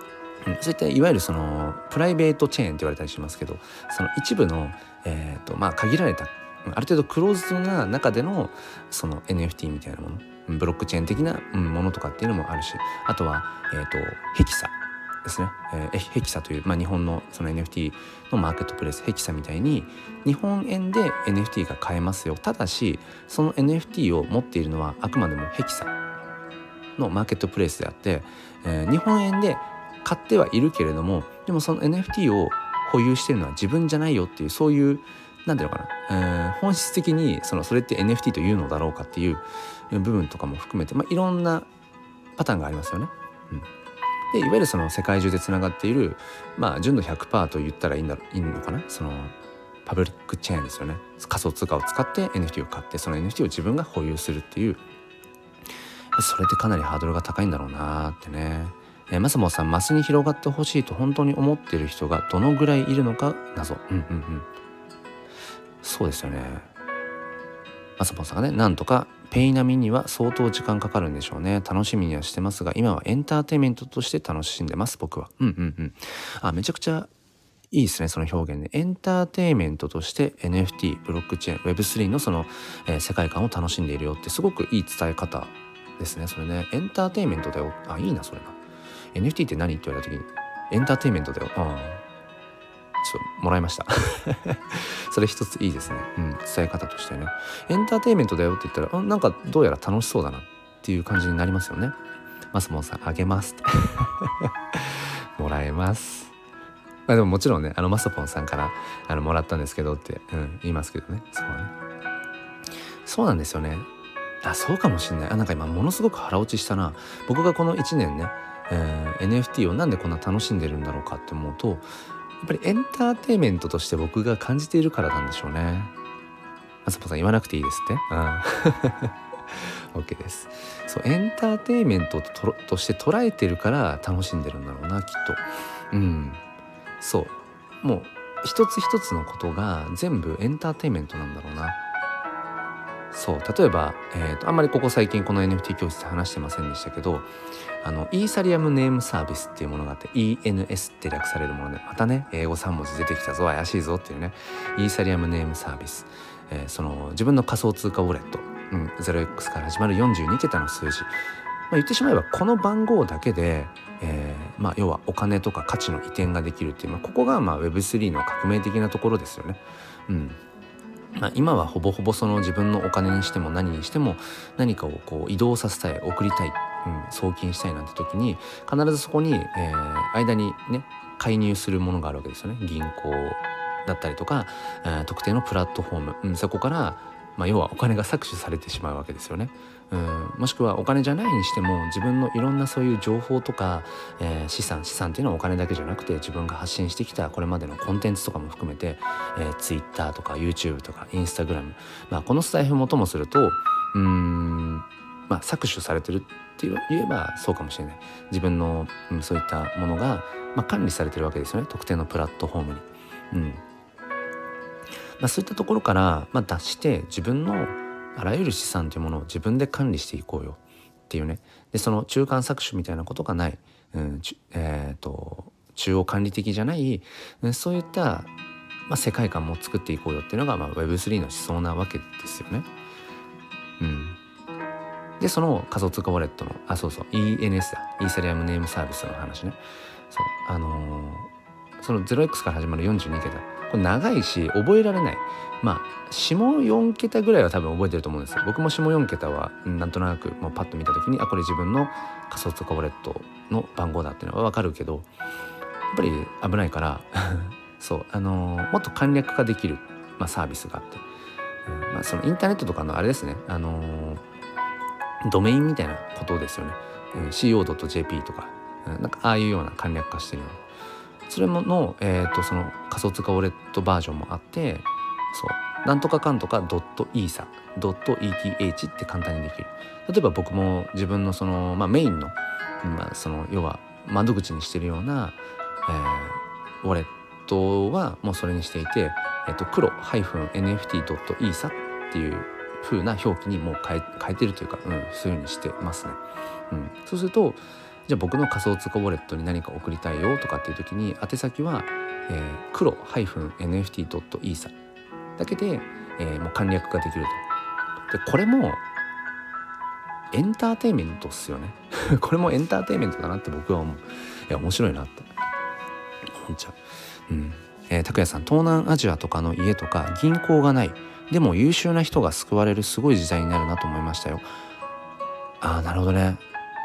うん、そういったいわゆるそのプライベートチェーンって言われたりしますけど、その一部の、えーとまあ、限られたある程度クローズドな中でのその エヌエフティー みたいなもの、ブロックチェーン的なものとかっていうのもあるし、あとは、えーとヘキサですね、えー、ヘキサという、まあ、日本のその エヌエフティー のマーケットプレイスヘキサみたいに日本円で エヌエフティー が買えますよ。ただしその エヌエフティー を持っているのはあくまでもヘキサのマーケットプレイスであって、えー、日本円で買ってはいるけれども、でもその エヌエフティー を保有しているのは自分じゃないよっていう、そういうなんていうのかな、えー、本質的にそのそれって エヌエフティー というのだろうかっていう部分とかも含めて、まあ、いろんなパターンがありますよね。うん、でいわゆるその世界中でつながっている、まあ、純度 ひゃくパーセント と言ったらいいんだいいのかな、そのパブリックチェーンですよね。仮想通貨を使って エヌエフティー を買ってその エヌエフティー を自分が保有するっていう、それってかなりハードルが高いんだろうなってね。えー、マサモさん、マスに広がってほしいと本当に思っている人がどのぐらいいるのか謎。うんうんうん。そうですよね。マサモさんがね、なんとかペイ並みには相当時間かかるんでしょうね。楽しみにはしてますが、今はエンターテインメントとして楽しんでます僕は。うんうんうん。あ、めちゃくちゃいいですね、その表現で。エンターテインメントとして エヌエフティー、ブロックチェーン、ウェブスリー のその、えー、世界観を楽しんでいるよってすごくいい伝え方ですね。それね、エンターテインメントだよ。あ、いいなそれな。エヌエフティー って何って言われた時にエンターテインメントだよ。ああ、ちょっともらいましたそれ一ついいですね、うん、伝え方としてね。エンターテインメントだよって言ったら、うん、なんかどうやら楽しそうだなっていう感じになりますよね。マスモンさんあげますってもらえます。まあでももちろんね、あのマサポンさんからあのもらったんですけどって、うん、言いますけどね。そうね、そうなんですよね。あ、そうかもしんない。あ、なんか今ものすごく腹落ちしたな。僕がこのいちねんね、えー、エヌエフティー をなんでこんな楽しんでるんだろうかって思うと、やっぱりエンターテインメントとして僕が感じているからなんでしょうね。マサポさん言わなくていいですって。うんOK です。そう、エンターテインメント と, として捉えてるから楽しんでるんだろうな、きっと。うん、そうもう一つ一つのことが全部エンターテインメントなんだろうな。そう例えば、えーと、あんまりここ最近この エヌエフティー 教室で話してませんでしたけど、あのイーサリアムネームサービスっていうものがあって イーエヌエス って略されるもので、またね英語さん文字出てきたぞ怪しいぞっていうね、イーサリアムネームサービス、えー、その自分の仮想通貨ウォレット、うん、ゼロエックス から始まるよんじゅうにけたの数字、まあ、言ってしまえばこの番号だけで、えーまあ、要はお金とか価値の移転ができるっていう、まあ、ここがまあ ウェブスリー の革命的なところですよね。うんまあ、今はほぼほぼその自分のお金にしても何にしても何かをこう移動させたい、送りたい、うん、送金したいなんて時に必ずそこに、えー、間にね介入するものがあるわけですよね。銀行だったりとか、えー、特定のプラットフォーム、うん、そこから、まあ、要はお金が搾取されてしまうわけですよね。うん、もしくはお金じゃないにしても自分のいろんなそういう情報とか、えー、資産資産っていうのはお金だけじゃなくて自分が発信してきたこれまでのコンテンツとかも含めて、えー、Twitter とか YouTube とか Instagram、まあ、このスタイフもともするとうーん、まあ、搾取されてるって言えばそうかもしれない。自分の、うん、そういったものが、まあ、管理されてるわけですよね、特定のプラットフォームに。うんまあ、そういったところから、まあ、脱して自分のあらゆる資産というものを自分で管理していこうよっていうね。でその中間搾取みたいなことがない、うんえー、と中央管理的じゃない、うん、そういった、まあ、世界観も作っていこうよっていうのが、まあ、ウェブスリー の思想なわけですよね。うん、でその仮想通貨ウォレットのあそうそう イーエヌエス だイーサリアムネームサービスの話ね。そうあのー、その ゼロエックス から始まるよんじゅうにけた、これ長いし覚えられない。まあ下よんけたぐらいは多分覚えてると思うんですよ。僕も下よんけたはなんとなくもうパッと見た時にあこれ自分の仮想通貨ウォレットの番号だっていうのは分かるけど、やっぱり危ないからそうあのー、もっと簡略化できる、まあ、サービスがあって、うんまあ、そのインターネットとかのあれですね、あのー、ドメインみたいなことですよね。うん、シーオードットジェーピー とか、うん、なんかああいうような簡略化してるようなそれもの、えー、とその仮想通貨ウォレットバージョンもあって、そうなんとかかんとかドットイーサドット イーティーエイチ って簡単にできる。例えば僕も自分のその、まあ、メインの、まあ、その要は窓口にしてるような、えー、ウォレットはもうそれにしていて、えー、と黒 -エヌエフティードットイーサ っていう風な表記にもう変え、変えてるというか、うん、そういう風にしてますね。うん、そうするとじゃあ僕の仮想通貨ウォレットに何か送りたいよとかっていう時に宛先は、えー、黒 エヌエフティードットイーサ だけで、えー、もう簡略化できると。でこれもエンターテインメントっすよねこれもエンターテインメントだなって僕は思う。いや面白いなって思っちゃう。うん。えー、拓也さん、東南アジアとかの家とか銀行がない、でも優秀な人が救われるすごい時代になるなと思いましたよ。ああ、なるほどね。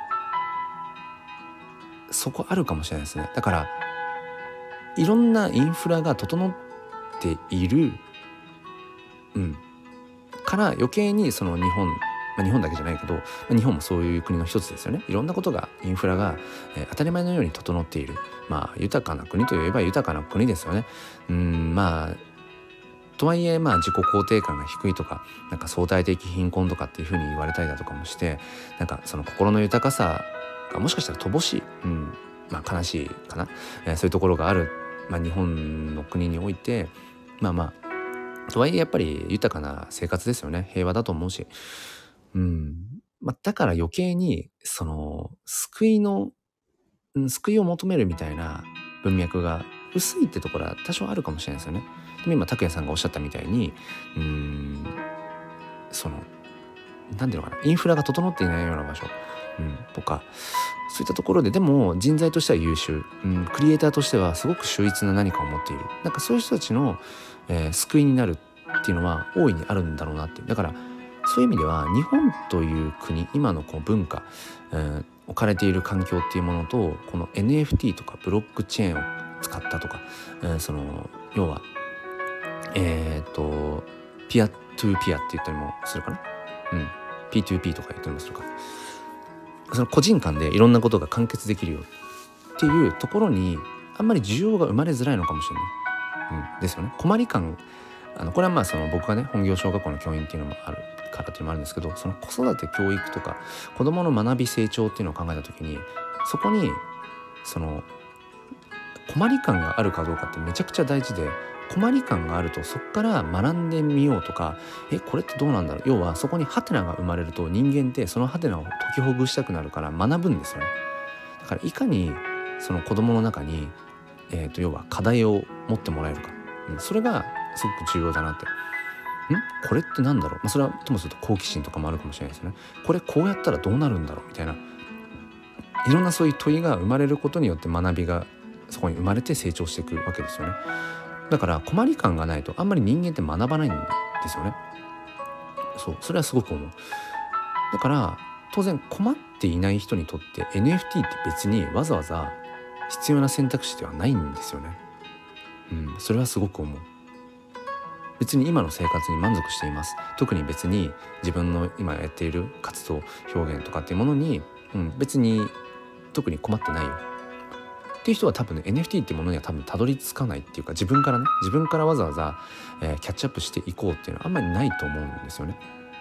そこあるかもしれないですね。だからいろんなインフラが整っている、うん、から余計にその日本、まあ、日本だけじゃないけど、まあ、日本もそういう国の一つですよね。いろんなことがインフラが、えー、当たり前のように整っている、まあ豊かな国といえば豊かな国ですよね。うん、まあとはいえまあ自己肯定感が低いとか、なんか相対的貧困とかっていうふうに言われたりだとかもして、なんかその心の豊かさがもしかしたら乏しい、うん、まあ悲しいかな、えー、そういうところがある、まあ、日本の国において、まあまあとはいえやっぱり豊かな生活ですよね。平和だと思うし、うん、まあ、だから余計にその救いの、うん、救いを求めるみたいな文脈が薄いってところは多少あるかもしれないですよね。でも今拓也さんがおっしゃったみたいに、うーんそのなんていうのかな、インフラが整っていないような場所、うん、とかそういったところででも人材としては優秀、うん、クリエイターとしてはすごく秀逸な何かを持っている、なんかそういう人たちの、えー、救いになるっていうのは大いにあるんだろうなっていう。だからそういう意味では日本という国、今のこう文化、えー、置かれている環境っていうものとこの エヌエフティー とかブロックチェーンを使ったとか、えー、その要はえっ、ー、とピアトゥーピアって言ったりもするかな、うん、ピーツーピー とか言ったりもするか、その個人間でいろんなことが完結できるよっていうところにあんまり需要が生まれづらいのかもしれない、うん、ですよね。困り感、あのこれはまあその僕がね本業小学校の教員っていうのもあるからっていうのもあるんですけど、その子育て教育とか子どもの学び成長っていうのを考えた時に、そこにその困り感があるかどうかってめちゃくちゃ大事で、困り感があるとそこから学んでみようとか、えこれってどうなんだろう、要はそこにハテナが生まれると人間ってそのハテナを解きほぐしたくなるから学ぶんですよね。だからいかにその子供の中に、えー、と要は課題を持ってもらえるか、うん、それがすごく重要だなって。んこれってなんだろう、まあ、それはともすると好奇心とかもあるかもしれないですね。これこうやったらどうなるんだろうみたいな、いろんなそういう問いが生まれることによって学びがそこに生まれて成長していくわけですよね。だから困り感がないとあんまり人間って学ばないんですよね。そう、それはすごく思う。だから当然困っていない人にとって エヌエフティー って別にわざわざ必要な選択肢ではないんですよね。うん、それはすごく思う。別に今の生活に満足しています。特に別に自分の今やっている活動表現とかっていうものに、うん、別に特に困ってないよっていう人は多分ね エヌエフティー っていうものには多分たどり着かないっていうか、自分からね自分からわざわざ、えー、キャッチアップしていこうっていうのはあんまりないと思うんですよね。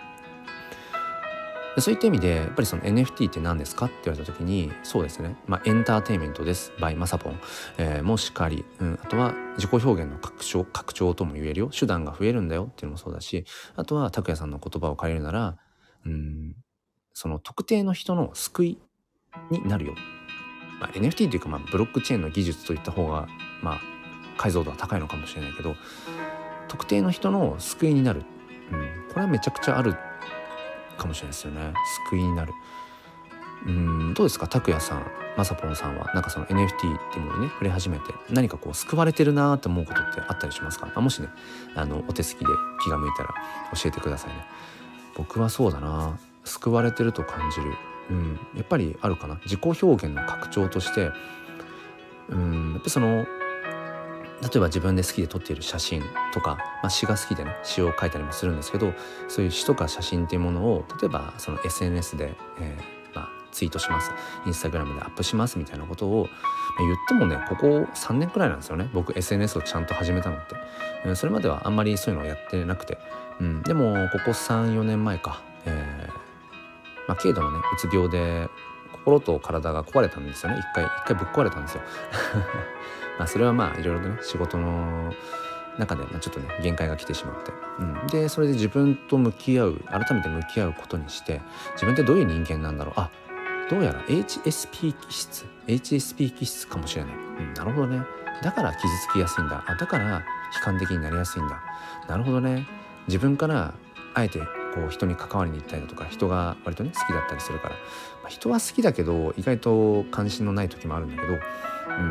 でそういった意味でやっぱりその エヌエフティー って何ですかって言われた時に、そうですね、まあ、エンターテインメントです by マサポン、えー、もしかり、うん、あとは自己表現の拡張拡張とも言えるよ、手段が増えるんだよっていうのもそうだし、あとは拓也さんの言葉を借りるなら、うん、その特定の人の救いになるよ、まあ、エヌエフティー というか、まあ、ブロックチェーンの技術といった方が、まあ、解像度は高いのかもしれないけど、特定の人の救いになる、うん、これはめちゃくちゃあるかもしれないですよね。救いになる。うーんどうですか拓也さん、まさぽんさんはなんかその エヌエフティー っていうものにね触れ始めて何かこう救われてるなーって思うことってあったりしますか？あもしねあのお手すきで気が向いたら教えてくださいね。僕はそうだな、救われてると感じる、うん、やっぱりあるかな。自己表現の拡張として、うん、やっぱその例えば自分で好きで撮っている写真とか、まあ、詩が好きでね詩を書いたりもするんですけど、そういう詩とか写真っていうものを例えばその エスエヌエス で、えーまあ、ツイートします、インスタグラムでアップしますみたいなことを、まあ、言ってもねここさんねんくらいなんですよね、僕 エスエヌエス をちゃんと始めたのって、うん、それまではあんまりそういうのをやってなくて、うん、でもここ さん,よ 年前か、えーまあ、軽度のねうつ病で心と体が壊れたんですよね。一回一回ぶっ壊れたんですよまあそれはまあいろいろとね仕事の中でちょっとね限界が来てしまって、うん、でそれで自分と向き合う改めて向き合うことにして、自分ってどういう人間なんだろう、あどうやら エイチエスピー 気質 エイチエスピー 気質かもしれない。うん、なるほどね。だから傷つきやすいんだ。あ、だから悲観的になりやすいんだ。なるほどね。自分からあえてこう人に関わりに行ったりだとか、人が割とね好きだったりするから、まあ、人は好きだけど意外と関心のない時もあるんだけど、うん、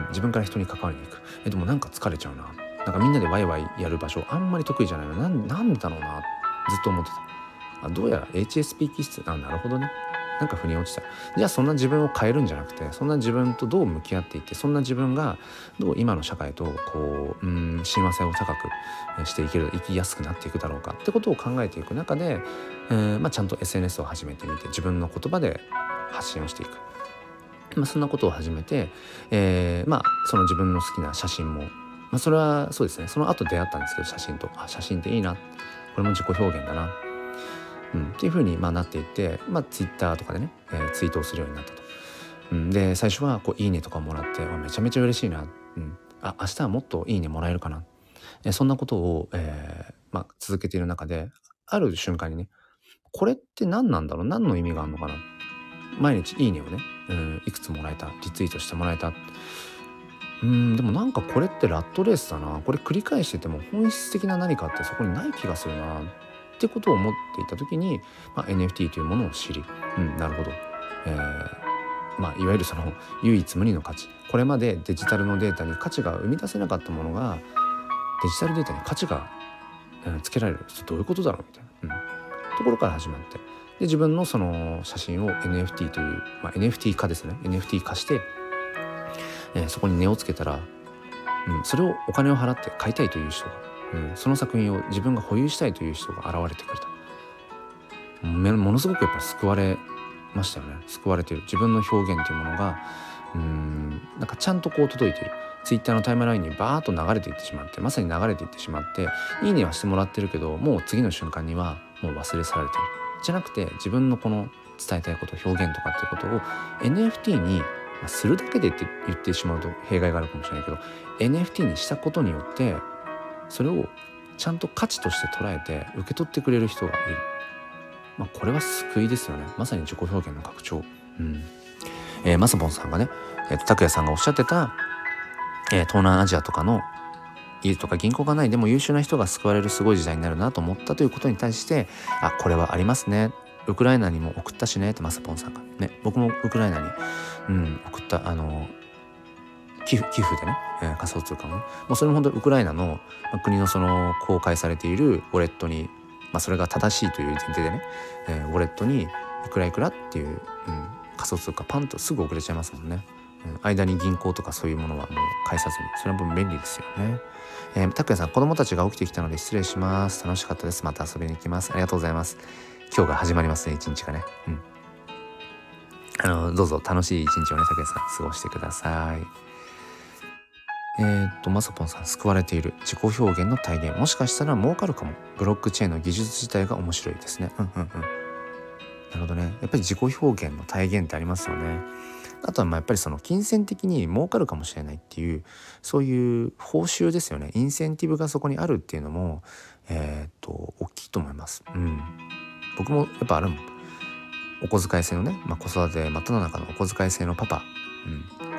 自分から人に関わりに行く。えでもなんか疲れちゃうな。なんかみんなでワイワイやる場所あんまり得意じゃないの。なん、なんだろうな、ずっと思ってた。あ、どうやら エイチエスピー 気質。あ、なるほどね。なんか腑に落ちた。じゃあそんな自分を変えるんじゃなくて、そんな自分とどう向き合っていって、そんな自分がどう今の社会とこう、うん、親和性を高くしていける、生きやすくなっていくだろうかってことを考えていく中で、えーまあ、ちゃんと エスエヌエス を始めてみて、自分の言葉で発信をしていく。まあ、そんなことを始めて、えー、まあその自分の好きな写真も、まあ、それはそうですね、その後出会ったんですけど、写真と、あ、写真っていいな、これも自己表現だな、うん、っていう風にまあなっていって、まあ、ツイッターとかでね、えー、ツイートをするようになったと。うん、で最初はこういいねとかもらって、めちゃめちゃ嬉しいな、うん、あ明日はもっといいねもらえるかな、えー、そんなことを、えーまあ、続けている中で、ある瞬間にね、これって何なんだろう、何の意味があるのかな、毎日いいねをね、うん、いくつもらえた、リツイートしてもらえた、うん、でもなんかこれってラットレースだな、これ繰り返してても本質的な何かってそこにない気がするなってことを思っていた時に、まあ、エヌエフティー というものを知り、うん、なるほど、えーまあ、いわゆるその唯一無二の価値、これまでデジタルのデータに価値が生み出せなかったものがデジタルデータに価値が、うん、つけられる、どういうことだろうみたいな、うん、ところから始まって、で自分のその写真を エヌエフティー という、まあ、エヌエフティー 化ですね、 エヌエフティー 化して、えー、そこに値をつけたら、うん、それをお金を払って買いたいという人が、うん、その作品を自分が保有したいという人が現れてくれた。ものすごくやっぱり救われましたよね。救われている自分の表現というものが、うーんなんかちゃんとこう届いている。ツイッターのタイムラインにバーッと流れていってしまって、まさに流れていってしまって、いいねはしてもらってるけど、もう次の瞬間にはもう忘れ去られている。じゃなくて、自分のこの伝えたいこと、表現とかっていうことを エヌエフティー にするだけでって言ってしまうと弊害があるかもしれないけど、 エヌエフティー にしたことによってそれをちゃんと価値として捉えて受け取ってくれる人がいる。まあ、これは救いですよね。まさに自己表現の拡張。うんえー、マサボンさんがね、えー、拓也さんがおっしゃってた、えー、東南アジアとかの家とか銀行がないでも優秀な人が救われるすごい時代になるなと思ったということに対して、あ、これはありますね。ウクライナにも送ったしねってマサポンさんがね、僕もウクライナに、うん、送ったあの寄付寄付でね、えー、仮想通貨をね、もうそれも本当にウクライナの、まあ、国のその公開されているウォレットに、まあ、それが正しいという前提でね、えー、ウォレットにいくらいくらっていう、うん、仮想通貨パンとすぐ送れちゃいますもんね。うん、間に銀行とかそういうものはもう返さずに、それは分便利ですよね。えー、拓也さん、子供たちが起きてきたので失礼します。楽しかったです。また遊びに行きます。ありがとうございます。今日が始まりますね、一日がね。うん。あのどうぞ楽しい一日をね、拓也さん過ごしてください。えー、っとマサポンさん、救われている自己表現の体現、もしかしたら儲かるかも。ブロックチェーンの技術自体が面白いですね。うんうんうん。なるほどね。やっぱり自己表現の体現ってありますよね。あとはまあやっぱりその金銭的に儲かるかもしれないっていう、そういう報酬ですよね。インセンティブがそこにあるっていうのも、えー、っと大きいと思います。うん。僕もやっぱあるもん。お小遣い制のね、まあ、子育て真っ只中のお小遣い制のパパ、うん、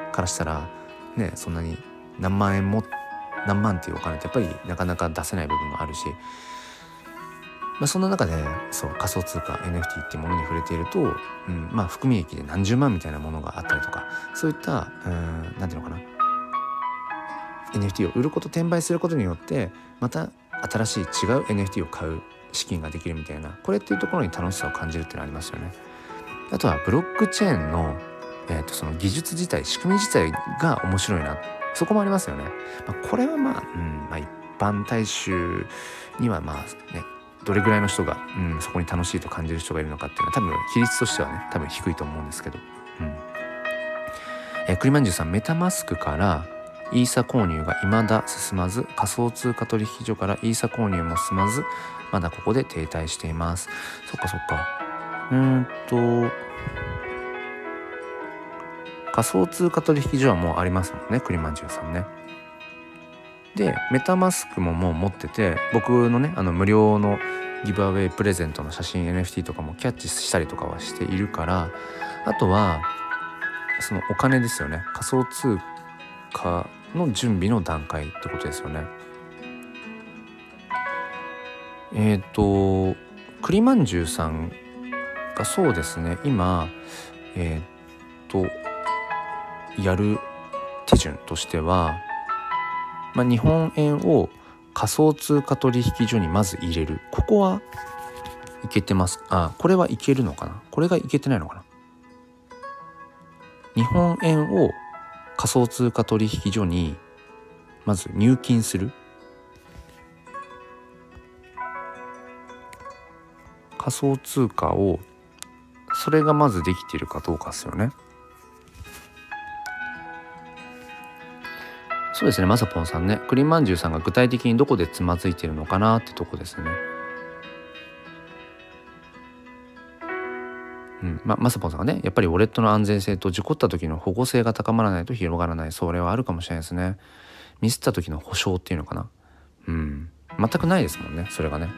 からしたらね、そんなに何万円も何万っていうお金ってやっぱりなかなか出せない部分もあるし、まあ、そんな中でそう仮想通貨 エヌエフティー っていうものに触れていると、うん、まあ含み益で何十万みたいなものがあったりとか、そういったうんなんていうのかな、 エヌエフティー を売ること、転売することによってまた新しい違う エヌエフティー を買う資金ができるみたいな、これっていうところに楽しさを感じるっていうのありますよね。あとはブロックチェーンの、えー、とその技術自体、仕組み自体が面白いな、そこもありますよね。まあ、これはまあ、うんまあ、一般大衆にはまあね、どれぐらいの人が、うん、そこに楽しいと感じる人がいるのかっていうのは多分比率としてはね、多分低いと思うんですけど、うんえー、栗まんじゅうさん、メタマスクからイーサ購入が未だ進まず、仮想通貨取引所からイーサ購入も進まず、まだここで停滞しています。そっかそっか。うーんと仮想通貨取引所はもうありますもんね、栗まんじゅうさんね。 でメタマスクももう持ってて、僕のねあの無料のギブアウェイプレゼントの写真 エヌエフティー とかもキャッチしたりとかはしているから、あとはそのお金ですよね。仮想通貨の準備の段階ってことですよね。えっ、ー、と栗まんじゅうさんがそうですね、今えっ、ー、とやる手順としては、まあ、日本円を仮想通貨取引所にまず入れる。ここはいけてます。あ、これはいけるのかな。これがいけてないのかな。日本円を仮想通貨取引所にまず入金する。仮想通貨を、それがまずできているかどうかですよね。そうですね、まさぽんさんね、栗まんじゅうさんが具体的にどこでつまずいてるのかなってとこですね。うんま、まさぽんさんがね、やっぱりウォレットの安全性と事故った時の保護性が高まらないと広がらない。それはあるかもしれないですね。ミスった時の保証っていうのかな。うん全くないですもんね、それがね。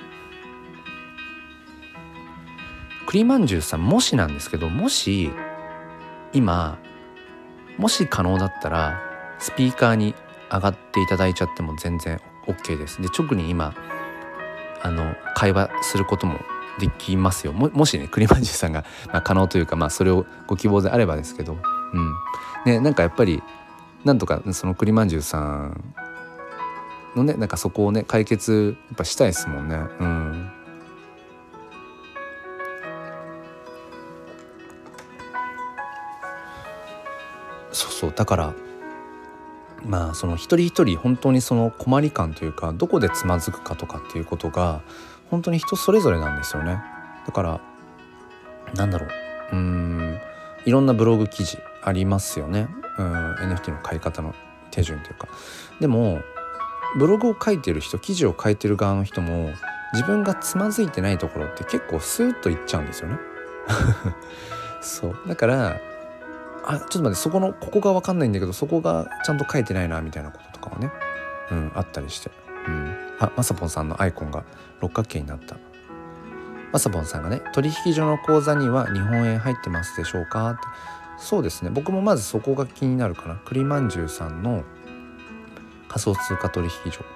栗まんじゅうさん、もしなんですけど、もし今もし可能だったらスピーカーに上がっていただいちゃっても全然 OK です。で直に今あの会話することもできますよ。 も, もしね栗まんじゅうさんが、まあ、可能というか、まあ、それをご希望であればですけど、うんね、なんかやっぱりなんとかその栗まんじゅうさんのね、なんかそこをね解決やっぱしたいですもんね。うんそうそう、だからまあその一人一人本当にその困り感というか、どこでつまずくかとかっていうことが本当に人それぞれなんですよね。だからなんだろう、うーんいろんなブログ記事ありますよね。うん エヌエフティー の買い方の手順というか。でもブログを書いてる人、記事を書いてる側の人も自分がつまずいてないところって結構スーッといっちゃうんですよね。そうだからあちょっと待って、そこのここが分かんないんだけど、そこがちゃんと書いてないなみたいなこととかはね、うん、あったりして、うん、あまさぽんさんのアイコンが六角形になった。まさぽんさんがね、取引所の口座には日本円入ってますでしょうかって。そうですね、僕もまずそこが気になるかな。栗まんじゅうさんの仮想通貨取引所、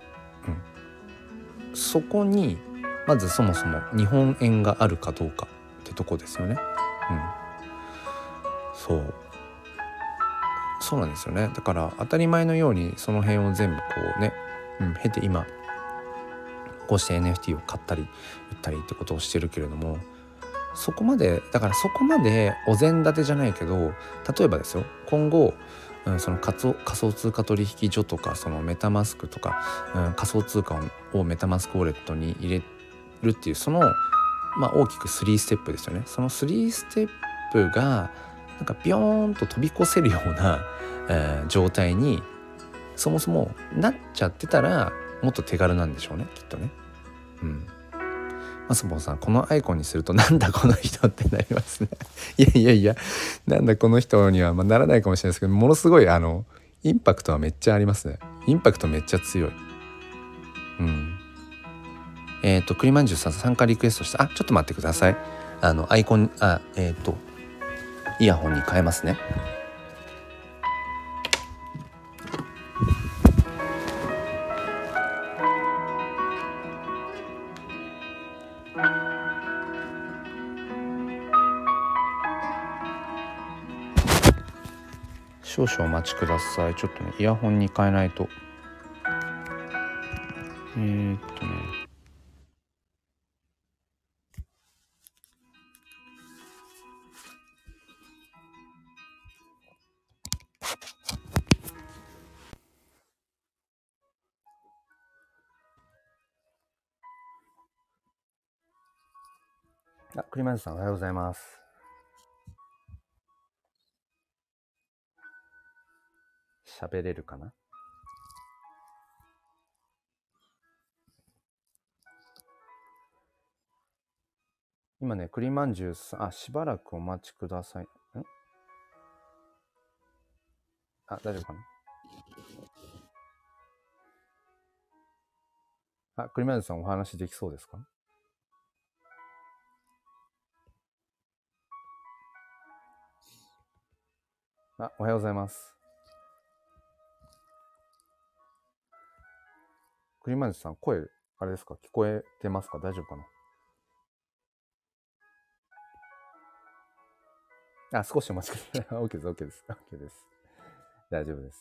うん、そこにまずそもそも日本円があるかどうかってとこですよね。うんそうそうなんですよね。だから当たり前のようにその辺を全部こうね、うん、経て今こうして エヌエフティー を買ったり売ったりってことをしてるけれども、そこまでだからそこまでお膳立てじゃないけど、例えばですよ、今後、うん、その仮想仮想通貨取引所とかそのメタマスクとか、うん、仮想通貨をメタマスクウォレットに入れるっていうその、まあ、大きくスリーステップですよね。そのスリーステップがなんかビヨーンと飛び越せるような、えー、状態にそもそもなっちゃってたらもっと手軽なんでしょうね、きっとね。うんマスボンさん、このアイコンにするとなんだこの人ってなりますね。いやいやいや、なんだこの人にはまあならないかもしれないですけど、ものすごいあのインパクトはめっちゃありますね。インパクトめっちゃ強い。うんえっ、ー、と栗まんじゅうさん参加リクエストした。あちょっと待ってください。あのアイコンあえっ、ー、とイヤホンに変えますね。少々お待ちください。ちょっとねイヤホンに変えないと。えー、っとねあ栗まんじゅうさんおはようございます。喋れるかな。今ね栗まんじゅうさん、あしばらくお待ちください。んあ大丈夫かな。 あ、栗林さんお話できそうですか？あ、おはようございます。栗林さん、声、あれですか？聞こえてますか？大丈夫かな？あ、少しお待ちください。OK です、OK です。OK です。大丈夫です。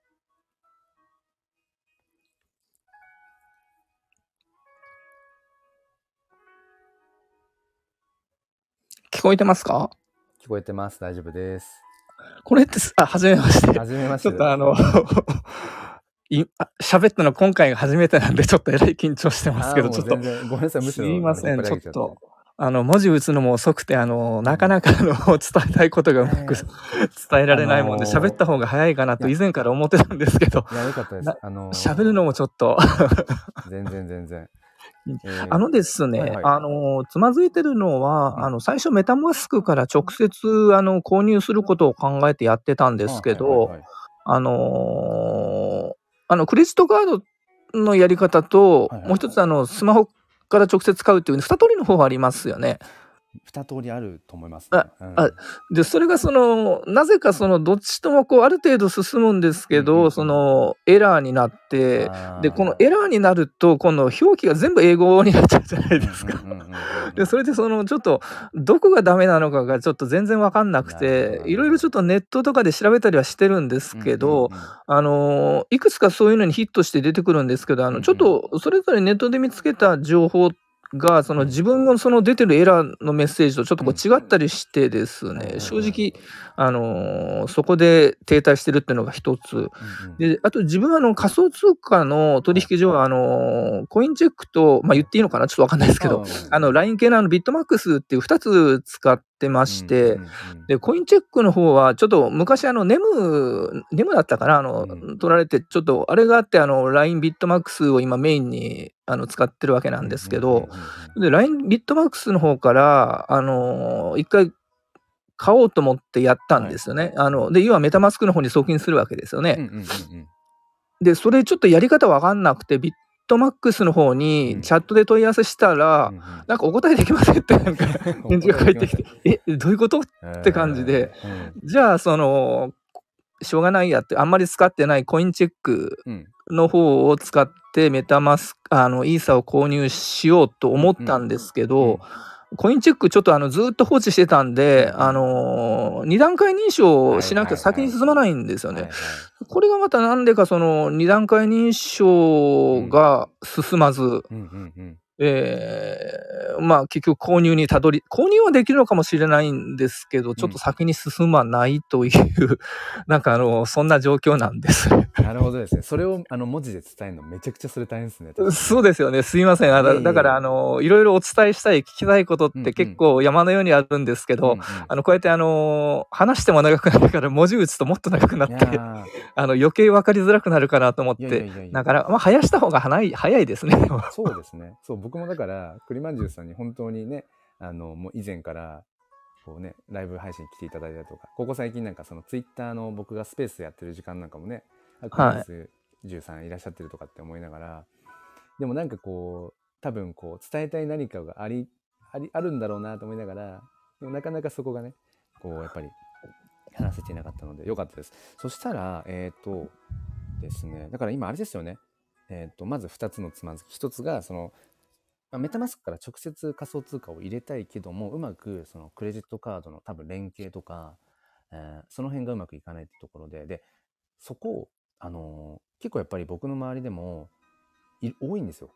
聞こえてますか？ 聞こえてます。大丈夫です。 これってす、あ、はじめまして。 はじめまして。 ちょっとあの、いあ喋ったの今回が初めてなんで、ちょっとえらい緊張してますけど、 あーもうちょっと、 全然、ごめんなさい。むしすろ、 いません、 あの引っ張り上げちゃって。 ちょっと、あの、文字打つのも遅くて、あの、なかなかあの、伝えたいことがうまくえ伝えられないもんで、 あのー喋った方が早いかなといや以前から思ってたんですけど、 いや、よかったですな。 あのー喋るのもちょっと、 全然全然。えーあのですね、 はいはいあの、つまずいてるのは、 うんあの、最初メタマスクから直接、あの、購入することを考えてやってたんですけあはいはいど、 はいあの、あの、クレジットカードのやり方と、 はいはいもう一つあの、スマホから直接買うっていう二通りの方法ありますよね。 二通りあると思いますね。 あ、 うんあ、で、それがその、なぜかそのどっちともこうある程度進むんですけど、 うんうんうんそのエラーになって、 あーで、このエラーになると、この表記が全部英語になっちゃうじゃないですか。 うんうんうんうんうんで、それでそのちょっと、どこがダメなのかがちょっと全然わかんなくなるほどなるほ、どていろいろちょっとネットとかで調べたりはしてるんですけど、 うんうんうんあの、いくつかそういうのにヒットして出てくるんですけど、あの、 うんうんちょっとそれぞれネットで見つけた情報が、そのうん自分のその出てるエラーのメッセージとちょっとこううん違ったりしてですね、 はいはいはい正直、あの、そこで停滞してるっていうのが一つ。 うんうんで、あと自分はあの仮想通貨の取引所は、あの、コインチェックと、まあ、言っていいのかなちょっとわかんないですけど、 ああの、ライン 系のあのビットマックスっていう二つ使ってまして、 うんうんうんで、コインチェックの方は、ちょっと昔あの、ネム、ネムだったかなあの、 うん取られて、ちょっとあれがあって、あの、ライン ビットマックスを今メインにあの使ってるわけなんですけど、 うんうんうんうんで、ライン ビットマックスの方から、あの、一回買おうと思ってやったんですよね。あの、で、要はメタマスクの方に送金するわけですよね。 うんうんうんうんで、それちょっとやり方わかんなくて、ビットマックスの方にチャットで問い合わせしたら、 うんうんなんかお答えできませんってなんか返事が返ってきて、え、どういうことって感じで、 えーじゃあその、しょうがないやって、あんまり使ってないコインチェックうんの方を使ってメタマスク、あの、イーサを購入しようと思ったんですけど、 うんコインチェックちょっとあのずっと放置してたんで、 うんあのー、二段階認証をしなきゃ先に進まないんですよね。 はいはいこれがまたなんでかその二段階認証が進まず、 うんうんうんえーまあ結局購入にたどり、購入はできるのかもしれないんですけど、ちょっと先に進まないという、なんかあの、そんな状況なんです。 なるほどですね。それをあの文字で伝えるのめちゃくちゃそれ大変ですね。 そうですよね。すいません。あだいえいえいえだから、あの、いろいろお伝えしたい、聞きたいことっうんうんて結構山のようにあるんですけど、 うんうんあの、こうやってあの、話しても長くなるから文字打つともっと長くなっいて、 やあの、余計分かりづらくなるかなと思っいやいやて、 いやいやだから、まあ、早した方が早い、早いですね。 そうですね。そう、僕もだから、栗まんじゅうさんに本当にね、あの、もう以前から、こうね、ライブ配信来ていただいたりとか、ここ最近なんかそのツイッターの僕がスペースやってる時間なんかもね、栗まんじゅうさんいらっしゃってるとかって思いながら、でもなんかこう、多分こう、伝えたい何かがあり、あり、あるんだろうなと思いながら、でもなかなかそこがね、こう、やっぱり話せていなかったので、よかったです。そしたら、えっとですね、だから今あれですよね、えっと、まずふたつのつまずき。ひとつが、その、まあメタマスクから直接仮想通貨を入れたいけども、うまくそのクレジットカードの多分連携とか、えーその辺がうまくいかないってところで、で、そこを、あのー結構やっぱり僕の周りでもい多いんですよ。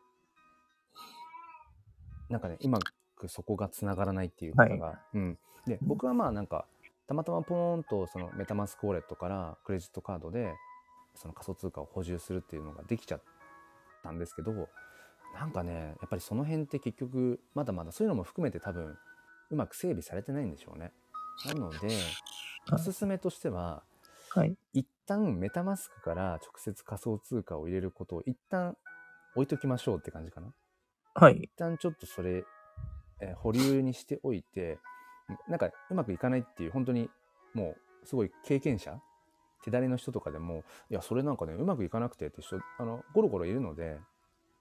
なんかね、うまくそこがつながらないっていう方が。 はいうん。で、僕はまあなんか、たまたまポーンとそのメタマスクウォレットからクレジットカードでその仮想通貨を補充するっていうのができちゃったんですけど、なんかね、やっぱりその辺って結局まだまだそういうのも含めて多分うまく整備されてないんでしょうね。なのでおすすめとしては、 はい。 一旦メタマスクから直接仮想通貨を入れることを一旦置いときましょうって感じかな。 はい。 一旦ちょっとそれ、えー保留にしておいて、なんかうまくいかないっていう本当にもうすごい経験者、手だれの人とかでも、いやそれなんかねうまくいかなくてって人あのゴロゴロいるので、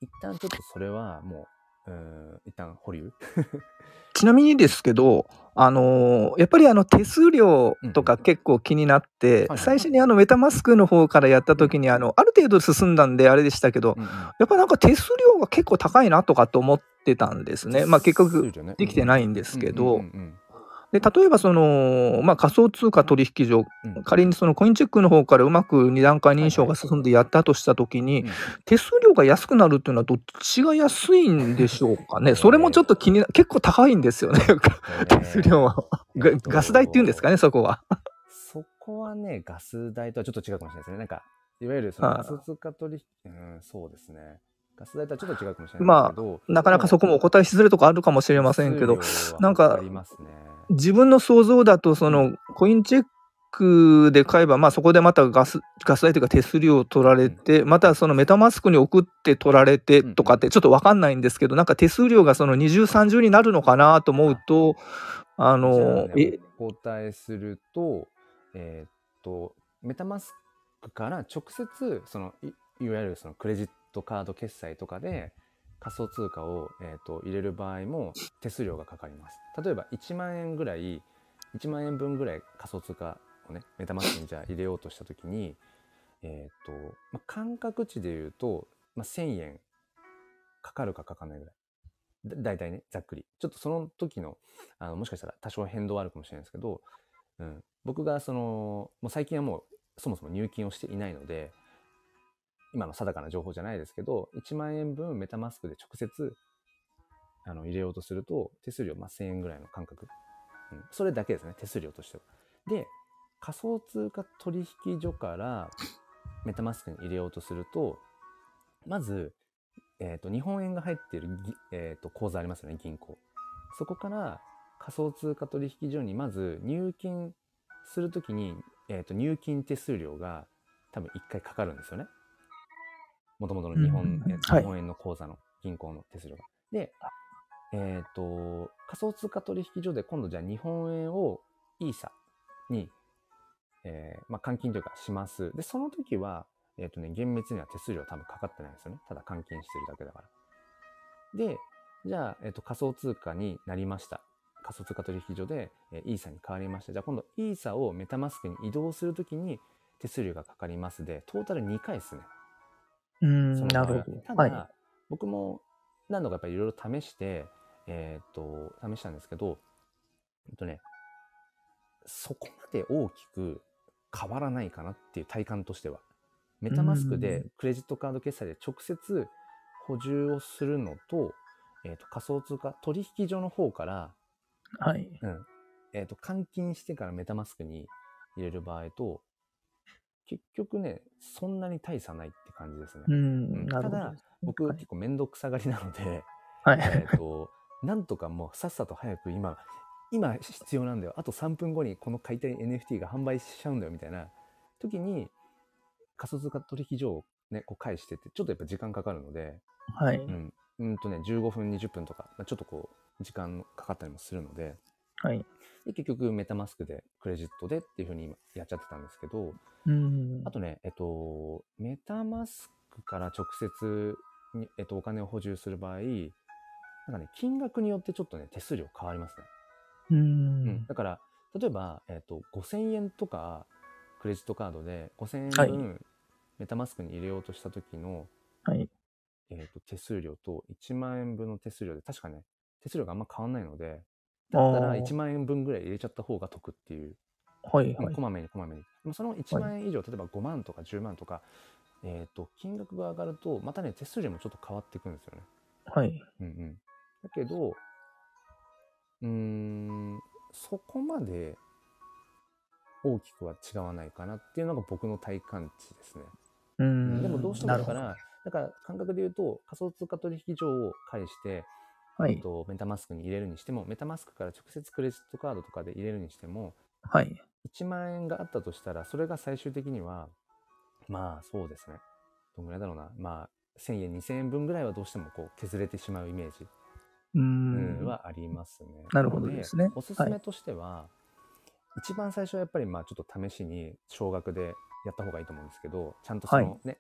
一旦ちょっとそれはもう、うーん、一旦保留。 ちなみにですけど、あの、やっぱりあの手数料うんうん。 とか結構気になって、 はいはい。 最初にあのメタマスクの方からやったうん。 時にあの、ある程度進んだんであれでしたけど、 うんうん。 やっぱなんか手数料が結構高いなとかって思ってたんです手ね。ま、結局数料ね。うできてんうん。 ないんですうんうんうんけど。 うん。 で、例えばその、ま、仮想通貨取引所、 うん。 仮にそのコインチェックの方からうまくに段階認はいはい。 証が進んでやったとした時に、 うん。 手数料が安くなるっていうのはどっちが安いんでしょうかね？それもちょえっと気にな結構高いんですよね、 えっと手数料ね、 は。がえっガス代っていうんですと、 かね、そこは。 そこはね、ガス代とはちょっと違うかもしれないですね。なんか、いわゆるその仮想はあ。 通貨取引うーん、そうですね。ガス代とはちょっと違うかもしれないんですけまあ、 ど、 なかでもなかそこもお答えしづらいとこあるかもしれ手ませんけど、 数料はかかなんか、 りますね。 自分の想像だとそうん。 のコインチェックで買えば、ま、そこでまたガスガス代というか手数料を取らうん。 れて、まうん。 たそのメタマスクに送って取られてうんうん。 とかってちょっとわかんないんですけど、なんか手数料がその二重三重になるのかなと思うあ、 と、あの、 じゃあね、 えお答えすると、えっと、メタマスクから直接その、いいわゆるそのクレジットカード決済とかで仮想通貨を、えっと、入れる場合も手数料がかかります。例えばいちまんえんぐらい、いちまんえんぶんぐらい仮想通貨をね、メタマスクにじゃあ入れようとしたときに、えっと、まあ、感覚値で言うと、まあ、せんえんかかるかかかんないぐらい。だ大体ね、ざっくり。ちょっとその時の、あの、もしかしたら多少変動はあるかもしれないですけど、うん、僕がその、もう最近はもうそもそも入金をしていないので、今の定かな情報じゃないですけど、いちまんえんぶんメタマスクで直接あの入れようとすると、手数料まあせんえんぐらいの感覚。うん、それだけですね、手数料としては。で、仮想通貨取引所からメタマスクに入れようとすると、まず、えっと、日本円が入っているぎ、えっと、口座ありますよね、銀行。そこから仮想通貨取引所にまず入金するときに、えっと、入金手数料が多分いっかいかかるんですよね。もともとの日本、えはい。 日本円の口座の銀行の手数料が。で、えっと、仮想通貨取引所で今度じゃあ日本円をイーサに、えーまあ、換金というかします。で、その時は、えっとね、厳密には手数料多分かかってないんですよね。ただ換金してるだけだから。で、じゃあ、えっと、仮想通貨になりました。仮想通貨取引所で、えー、イーサに変わりました。じゃあ今度イーサをメタマスクに移動するときに手数料がかかりますで、トータルにかいですね。 うーん、 その場合は。 なるほど。 ただ、 はい。 僕も何度かやっぱりいろいろ試して、えーっと、試したんですけど、えっとね、そこまで大きく変わらないかなっていう体感としては。メうータマスクでん。 クレジットカード決済で直接補充をするのと、えー、と仮想通貨取引所の方から、 はい。 うんえー、と換金してからメタマスクに入れる場合と、結局ね、そんなに大差ないって感じですね。 うーうん、 ん、なるほどただ、 ですね。 僕はい。 結構めんどくさがりなので、 はい。 えっと、なんとかもうさっさと早く今、今必要なんだよ。あとさんぷんごにこの買いたい エヌエフティー が販売しちゃうんだよみたいな時に、仮想通貨取引所をね、こう返してって、ちょっとやっぱ時間かかるので、 はい。 うん、うんとね、じゅうごふん、にじゅっぷんとか、まあ、ちょっとこう、時間かかったりもするので、 はい。 で、結局メタマスクで、クレジットでっていう風に今やっちゃってたんですけど、 うーん。 あとね、えっと、メタマスクから直接に、えっと、お金を補充する場合、なんかね、金額によってちょっとね、手数料変わりますね。 うーうん。 ん。 だから、例えば、えっと、ごせんえんとか、クレジットカードでごせんえんはい。 ぶん、メタマスクに入れようとした時の、 はい。 えっと、手数料といちまんえんぶんの手数料で、確かね、手数料があんま変わんないので、 あだったらあ。 いちまんえんぶんぐらい入れちゃった方が得っていう。うん、 はいはい。 こまめにこまめに。でもその1 はい。 万円以上、例えばごまんとかじゅうまんとか、えっと、金額が上がると、またね、手数料もちょっと変わってくるんですよね。 はい。 うんうん。だけど、うーん、そこまで大きくは違わないかなっていうのが僕の体感値ですね。 うーうん、でもどうしん、なるほど。 てもだから、だから感覚で言うと、仮想通貨取引所を介して、 はい。 えっと、メタマスクに入れるにしても、メタマスクから直接クレジットカードとかで入れるにしても、 はい。 いちまんえんがあったとしたら、それが最終的には、まあそうですね。どんぐらいだろうな。まあ、せんえん、にせんえんぶんぐらいはどうしてもこう削れてしまうイメージ、 うーうん、 ん。 はありますね。 なるほなので、 どですね。 おすすはい。 めとしては、一番最初はやっぱりまあちょっと試しに少額でやった方がいいと思うんですけど、ちゃんとそはい。 のね、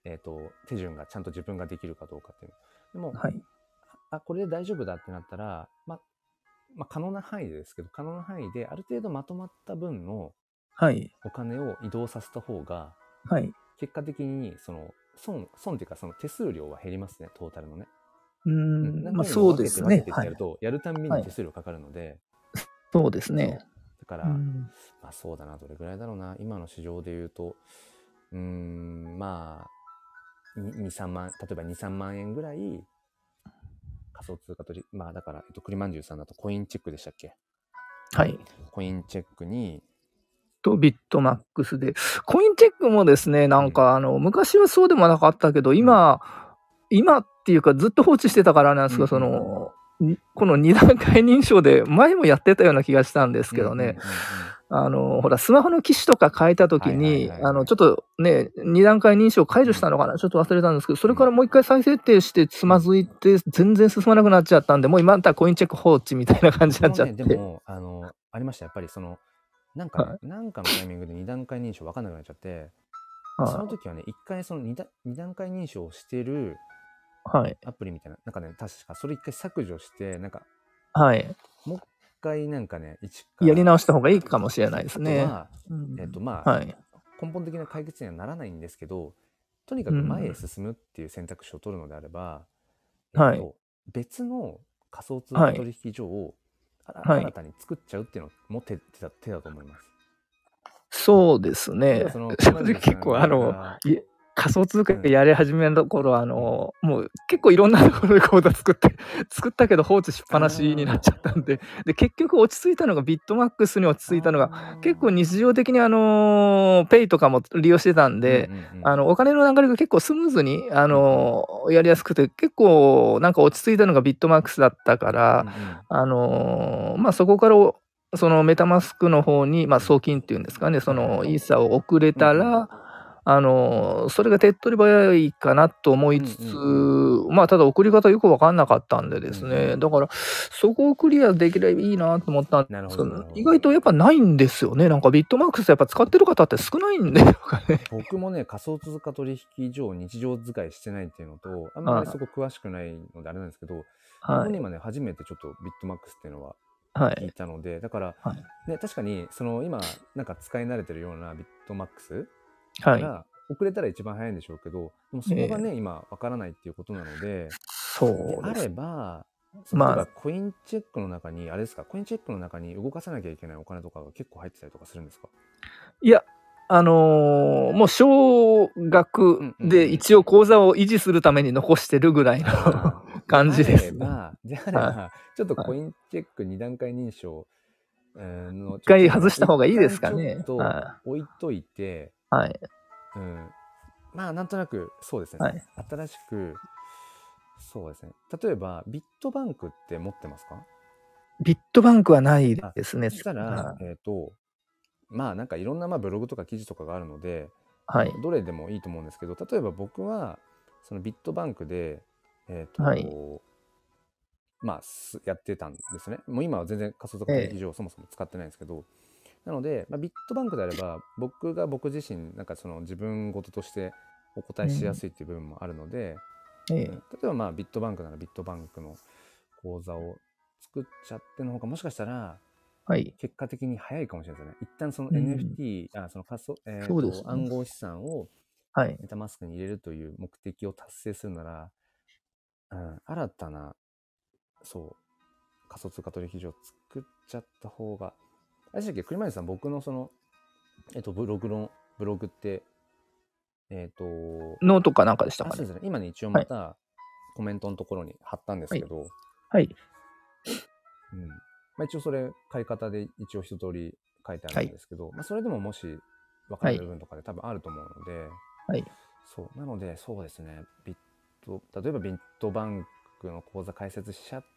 えーと、手順がちゃんと自分ができるかどうかっていうの。でも、 はい。 あ、これで大丈夫だってなったら、ま、まあ、可能な範囲ですけど、可能な範囲である程度まとまった分のはい。 お金を移動させた方が、 はい。 結果的にその損、損っていうかその手数料は減りますね、トータルのね。 うーうん、 ん、 何まあ回にも分けてそうですね。 分けてってやると、やるたんびに手数料かかるので、 そうですね。 そう。だかうら、 ん。 まあそうだな、どれぐらいだろうな、今の市場で言うと、うーん、まあ、に、さんまん、例えばに、さんまん円ぐらい仮想通貨取り、まあだから、えっと、栗まんじゅうさんだとコインチェックでしたっけ？ はい。 コインチェックに、 と、ビットマックスで。コインチェックもですね、なんかあの、昔はそうでもなかったけど、今、今っていうかずっと放置してたからなんですけど、その、このに段階認証で前もやってたような気がしたんですけどね。あの、ほら、スマホの機種とか変えたときに、あの、ちょっとね、に段階認証解除したのかな、ちょっと忘れたんですけど、それからもう一回再設定してつまずいて、全然進まなくなっちゃったんで、もう今だったらコインチェック放置みたいな感じになっちゃって。 僕もね、でも、あの、ありました。やっぱりその、なんかね、 はい、 なんかのタイミングでに段階認証分かんなくなっちゃって、 はい、 その時はね、一回その 2, 2段階認証をしてるはい、 アプリみたいな、なんかね、確かそれ一回削除して、なんか、 はい。 もう一回なんかね、一かやりら、 直した方がいいかもしれないですね。 あとは、えっと、まあ、 はい。 根本的な解決にはならないんですけど、とにかく前へうん、 進むっていう選択肢を取るのであれば、えっはい、 と、別の仮想通はい、 貨取引所をはい。 新たに作っちゃうっていうのも手手だ手だと思います。 そうですね。 例えばその正栗まんじゅうさ直結構あんの、 が、 い仮想通貨うんやり始めの頃、あの、もう結構いろんなところで口座作って、作ったけど放置しっぱなしになっちゃったんで、で、結局落ち着いたのがビットマックスに落ち着いたのが、結構日常的にあの、ペイとかも利用してたんで、あの、お金の流れが結構スムーズに、あの、やりやすくて、結構なんか落ち着いたのがビットマックスだったから、あの、まあ、そこからそのメタマスクの方に、まあ、送金っていうんですかね、そのイーサを送れたら、あの、それが手っ取り早いかなと思いつつ、まあ、ただ送り方よくわかんなかったんでですね、だから、そこをクリアできればいいなと思ったんですけど、意外とやっぱないんですよね。なんかビットマックスやっぱ使ってる方って少ないんでしょうかね。 僕もね、仮想通貨取引所を日常使いしてないっていうのと、あんまりそこ詳しくないのであれなんですけど、 はい、 僕に今ね、初めてちょっとビットマックスっていうのははい聞いたので、だから、 はいね、確かにその今なんか使い慣れてるようなビットマックスはい、 が遅れたら一番早いんでしょうけど、でもそこがね、今わからないっていうことなので、 そうです。 であれば、例まあえばコインチェックの中に、あれですか、コインチェックの中に動かさなきゃいけないお金とかが結構入ってたりとかするんですか？ いや、あのーもう少額で一応口座を維持するために残してるぐらいの感じです、ね。 であれば、であれば、ちょっとコインチェックに段階認証の一回外した方がいいですかね。 ちょっと置いといて、 はい。 うん、まあなんとなくそうですね、 はい、 新しく、そうですね、例えばビットバンクって持ってますか？ ビットバンクはないですね。 そしたら、えっと、まあなんかいろんなまあブログとか記事とかがあるので、 はい、 どれでもいいと思うんですけど、例えば僕はそのビットバンクで、えっと、 はい、 まあやってたんですね。もう今は全然仮想通貨取引所をそもそも使ってないんですけど、なので、まあ、ビットバンクであれば僕が僕自身なんかその自分事としてお答えしやすいっていう部分もあるので、 ええうん、例えばまあビットバンクならビットバンクの口座を作っちゃっての方がもしかしたらはい、 結果的に早いかもしれないですよね。一旦そのうんエヌエフティー、あその仮想、えーとそうですね暗号資産をはい、 メタマスクに入れるという目的を達成するなら、うん、新たなそう仮想通貨取引所を作っちゃった方が、あれでしたっけ、栗林さん、僕のその、えっと、ブログの、ブログって、えっと、 ノートかなんかでしたかね。 あ、そうですね、今ね、一応またコメントのところに貼ったんですけど、 はいはいうんまあ、一応それ、買い方で一応一通り書いてあるんですけど、はいまあ、それでももし分かる部分とかで多分あると思うので、 はい、 そうなので、そうですね、ビット、例えばビットバンクの口座開設しちゃって、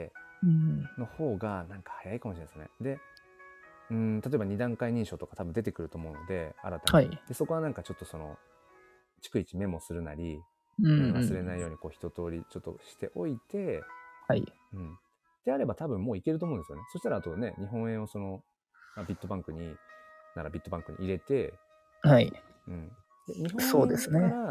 の方がなんか早いかもしれないですね。で、うん例えばに段階認証とか多分出てくると思うので、新たに。はい、でそこはなんかちょっとその、逐一メモするなり、うんうん、忘れないようにこう一通りちょっとしておいて、 はいうん、であれば多分もういけると思うんですよね。そしたらあとね、日本円をその、まあ、ビットバンクに、ならビットバンクに入れて、 はい。 うん、で日本円から、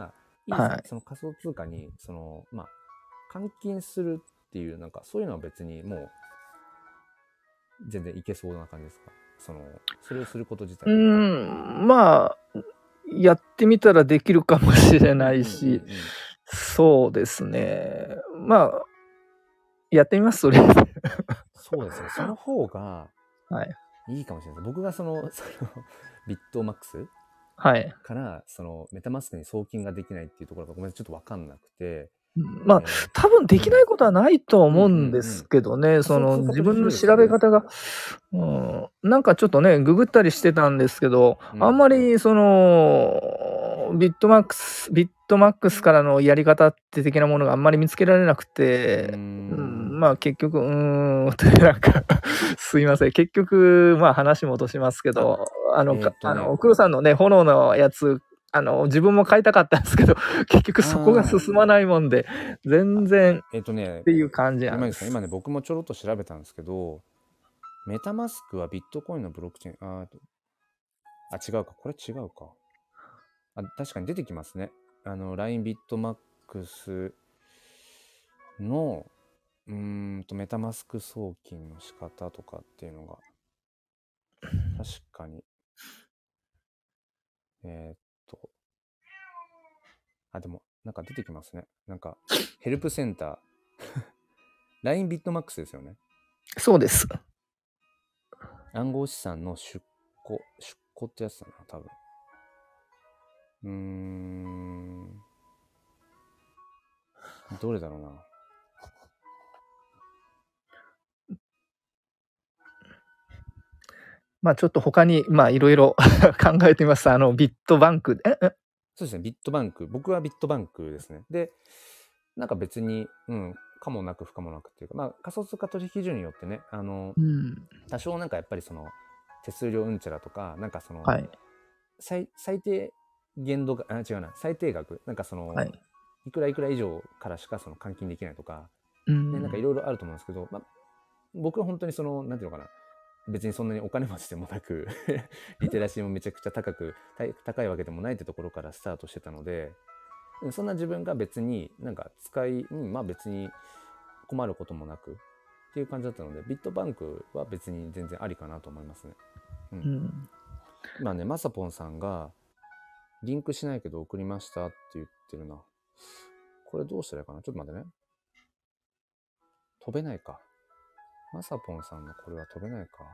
いいですね。 はい。 その仮想通貨に、その、まあ、換金するっていう、なんか、そういうのは別にもう、全然いけそうな感じですか？その、それをすること自体うーは。 ん、まあ、やってみたらできるかもしれうんうんうんないし、 うん。 そうですね。まあ、やってみます、とりあえず。 そうですね。その方がはい。 いいかもしれないです。僕がその、そのビットマックスはい。 から、その、メタマスクに送金ができないっていうところがごめんなさい、ちょっとわかんなくて、 まあ、 えー多分できないことはないとうんうん思うんですうん。 けどね、その仮想通貨自分の取引所ですよね。 調べ方が、うん、なんかちょっとね、ググったりしてたんですけど、あんうん。 まりその、ビットマックス、ビットマックスからのやり方って的なものがあんまり見つけられなくうーて、うん、 ん。 まあ結局、うーん、ってなんかすいません。結局、まあ話戻しますけあ、 ど、あの、 えーっかあの、 とね、 黒さんのね、炎のやつ、あの、自分も買いたかったんですけど、結局そこがあ進まないもんで、全然っー、えーっとね、 ていう感じなん山口さん、 です。 今ね、僕もちょろっと調べたんですけど、メタマスクはビットコインのブロックチェーン、あーと、あ、違うか、これ違うか。あ、確かに出てきますね。あの、ライン ビットマックスの、うーんと、メタマスク送金の仕方とかっていうのが、確かに、えーっと、あ、でも、なんか出てきますね。なんか、ヘルプセンター。ライン ビットマックスですよね。 そうです。 暗号資産の出庫、出庫ってやつだな、多分。うーん、どれだろうな。 まあちょっと他に、まあいろいろ考えてみます。あの、ビットバンク、え、え、 そうですね、ビットバンク。僕はビットバンクですね。で、なんか別に、うん、可もなく不可もなくっていうか、まあ仮想通貨取引所によってね、あの、 うん、 多少なんかやっぱりその、手数料うんちゃらとか、なんかその、 はい、 最最低限度が、あ、違うな、最低額、なんかその、 はい。 いくらいくら以上からしかその換金できないとか、 うね、なんかいん、 ろいろあると思うんですけど、まあ、僕は本当にその、なんていうのかな、別にそんなにお金持ちでもなくリテラシーもめちゃくちゃ高く高いわけでもないってところからスタートしてたので、そんな自分が別になんか使い、うん、まあ別に困ることもなくっていう感じだったので、ビットバンクは別に全然ありかなと思いますね。うん、 うん。 今ね、まさぽんさんがリンクしないけど送りましたって言ってるな。これどうしたらいいかな。ちょっと待ってね。飛べないか。まさぽんさんのこれは飛べないか。